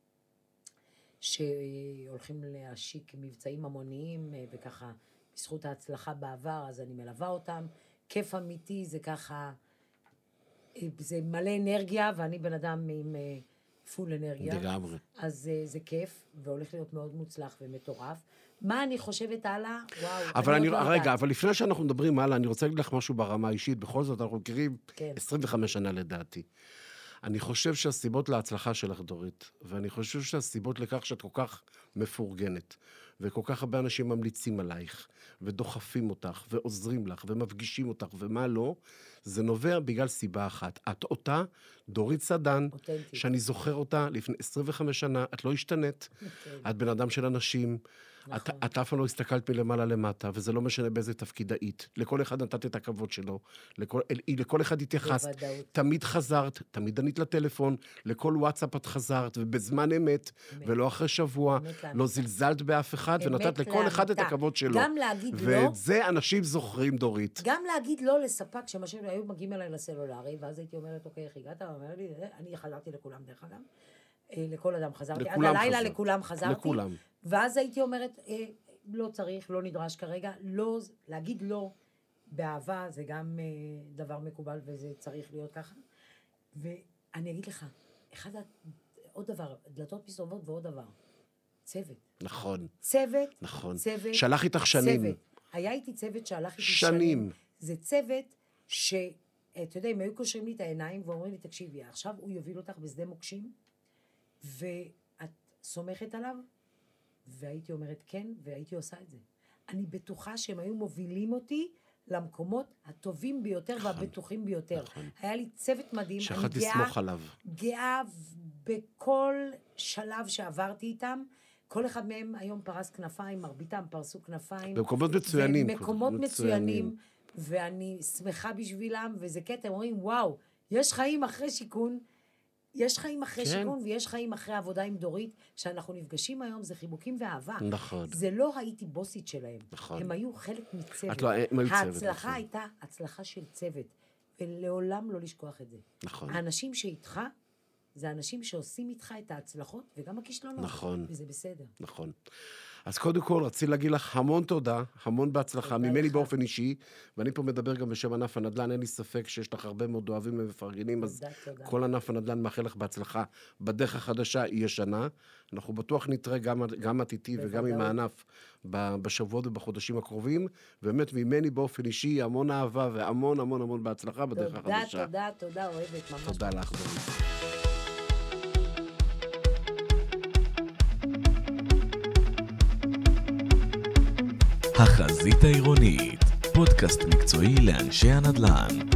Speaker 3: שהולכים להשיק מבצעים המוניים, אה, וככה, בזכות ההצלחה בעבר, אז אני מלווה אותם. כיף אמיתי, זה ככה, אה, זה מלא אנרגיה, ואני בן אדם עם... אה, פול אנרגיה.
Speaker 2: לגמרי.
Speaker 3: אז uh, זה כיף, והולך להיות מאוד מוצלח ומטורף. מה אני חושבת הלאה? וואו.
Speaker 2: אבל אני,
Speaker 3: עוד לא
Speaker 2: רגע,
Speaker 3: יודעת.
Speaker 2: אבל לפני שאנחנו מדברים הלאה, אני רוצה להגיד לך משהו ברמה האישית, בכל זאת אנחנו מכירים
Speaker 3: כן.
Speaker 2: עשרים וחמש שנה לדעתי. אני חושב שהסיבות להצלחה שלך, דורית, ואני חושב שהסיבות לכך שאת כל כך מפורגנת, וכל כך הרבה אנשים ממליצים עלייך, ודוחפים אותך, ועוזרים לך, ומפגישים אותך, ומה לא, זה נובע בגלל סיבה אחת. את אותה דורית סדן,
Speaker 3: אותנטית.
Speaker 2: שאני זוכר אותה לפני עשרים וחמש שנה, את לא השתנית, את בן אדם של אנשים, את,
Speaker 3: נכון.
Speaker 2: את אף פעם לא הסתכלת מלמעלה למטה, וזה לא משנה באיזה תפקיד היית. לכל אחד נתת את הכבוד שלו, לכל, לכל אחד התייחסת,
Speaker 3: בוודאות.
Speaker 2: תמיד חזרת, תמיד ענית לטלפון, לכל וואטסאפ את חזרת, ובזמן אמת,
Speaker 3: אמת.
Speaker 2: ולא אחרי שבוע,
Speaker 3: אמת לאמיתה.
Speaker 2: לא זלזלת באף אחד,
Speaker 3: אמת
Speaker 2: ונתת לכל אחד את
Speaker 3: לאמיתה.
Speaker 2: הכבוד שלו.
Speaker 3: גם להגיד לא.
Speaker 2: ואת זה אנשים זוכרים, דורית.
Speaker 3: גם להגיד לא לספק, שמשהו היו מגיעים אליי לסלולרי, ואז הייתי אומרת, אוקיי, איך הגעת? הוא אומר לי, אני חזרתי לכולם דרך אגב. אה, לכל אדם חזרתי. עד
Speaker 2: לכולם
Speaker 3: הלילה
Speaker 2: חזרת.
Speaker 3: לכולם חזרתי.
Speaker 2: לכולם.
Speaker 3: ואז הייתי אומרת, אה, לא צריך, לא נדרש כרגע, לא, להגיד לא באהבה, זה גם אה, דבר מקובל, וזה צריך להיות ככה. ואני אגיד לך, אחד, ה- עוד דבר, דלתות מסתובבות ועוד דבר, צוות.
Speaker 2: נכון,
Speaker 3: צוות,
Speaker 2: נכון.
Speaker 3: צוות,
Speaker 2: שלח איתך שנים.
Speaker 3: צוות. היה איתי צוות שהלך איתי
Speaker 2: שנים.
Speaker 3: שנים. זה צוות ש... אתה יודע, אם היו קושרים לי את העיניים ואומרים לי, תקשיבי, עכשיו הוא יוביל אותך בשדה מוקשים, ואת סומכת עליו, והייתי אומרת כן, והייתי עושה את זה. אני בטוחה שהם היו מובילים אותי למקומות הטובים ביותר והבטוחים ביותר.
Speaker 2: נכון.
Speaker 3: היה לי צוות מדהים, אני
Speaker 2: שיכולת
Speaker 3: גאה,
Speaker 2: לסמוך עליו.
Speaker 3: גאה בכל שלב שעברתי איתם. כל אחד מהם היום פרס כנפיים, מרביתם פרסו כנפיים.
Speaker 2: במקומות מצוינים.
Speaker 3: במקומות מצוינים. ואני שמחה בשבילם, וזה קטע, אומרים, וואו, יש חיים אחרי שיכון, יש חיים אחרי
Speaker 2: כן.
Speaker 3: שיכון, ויש חיים אחרי עבודה עם דורית, שאנחנו נפגשים היום, זה חיבוקים ואהבה.
Speaker 2: נכון.
Speaker 3: זה לא הייתי בוסית שלהם.
Speaker 2: נכון.
Speaker 3: הם היו חלק מצוות.
Speaker 2: את לא, הם היו צוות.
Speaker 3: ההצלחה
Speaker 2: נכון.
Speaker 3: הייתה הצלחה של צוות, ולעולם לא לשכוח את זה.
Speaker 2: נכון.
Speaker 3: האנשים שאיתך, זה אנשים שעושים איתך את ההצלחות, וגם הכישלונות.
Speaker 2: נכון.
Speaker 3: וזה בסדר.
Speaker 2: נכון. אז קודם כל, רציתי להגיד לך המון תודה, המון בהצלחה, ממני
Speaker 3: לך.
Speaker 2: באופן אישי, ואני פה מדבר גם בשם ענף הנדל"ן, אין לי ספק שיש לך הרבה מאוד אוהבים ומפרגנים, אז
Speaker 3: תודה, תודה.
Speaker 2: כל ענף הנדל"ן מאחל לך בהצלחה בדרך החדשה, היא ישנה. אנחנו בטוח נתראה גם, גם את איתי וגם עם הענף ב- בשבועות ובחודשים הקרובים, ובאמת ממני באופן אישי, המון אהבה והמון המון המון בהצלחה בדרך
Speaker 3: תודה,
Speaker 2: החדשה.
Speaker 3: תודה, תודה, אוהבת, ממש.
Speaker 2: תודה לך, דורית.
Speaker 1: החזית העירונית, פודקאסט מקצועי לאנשי הנדל"ן.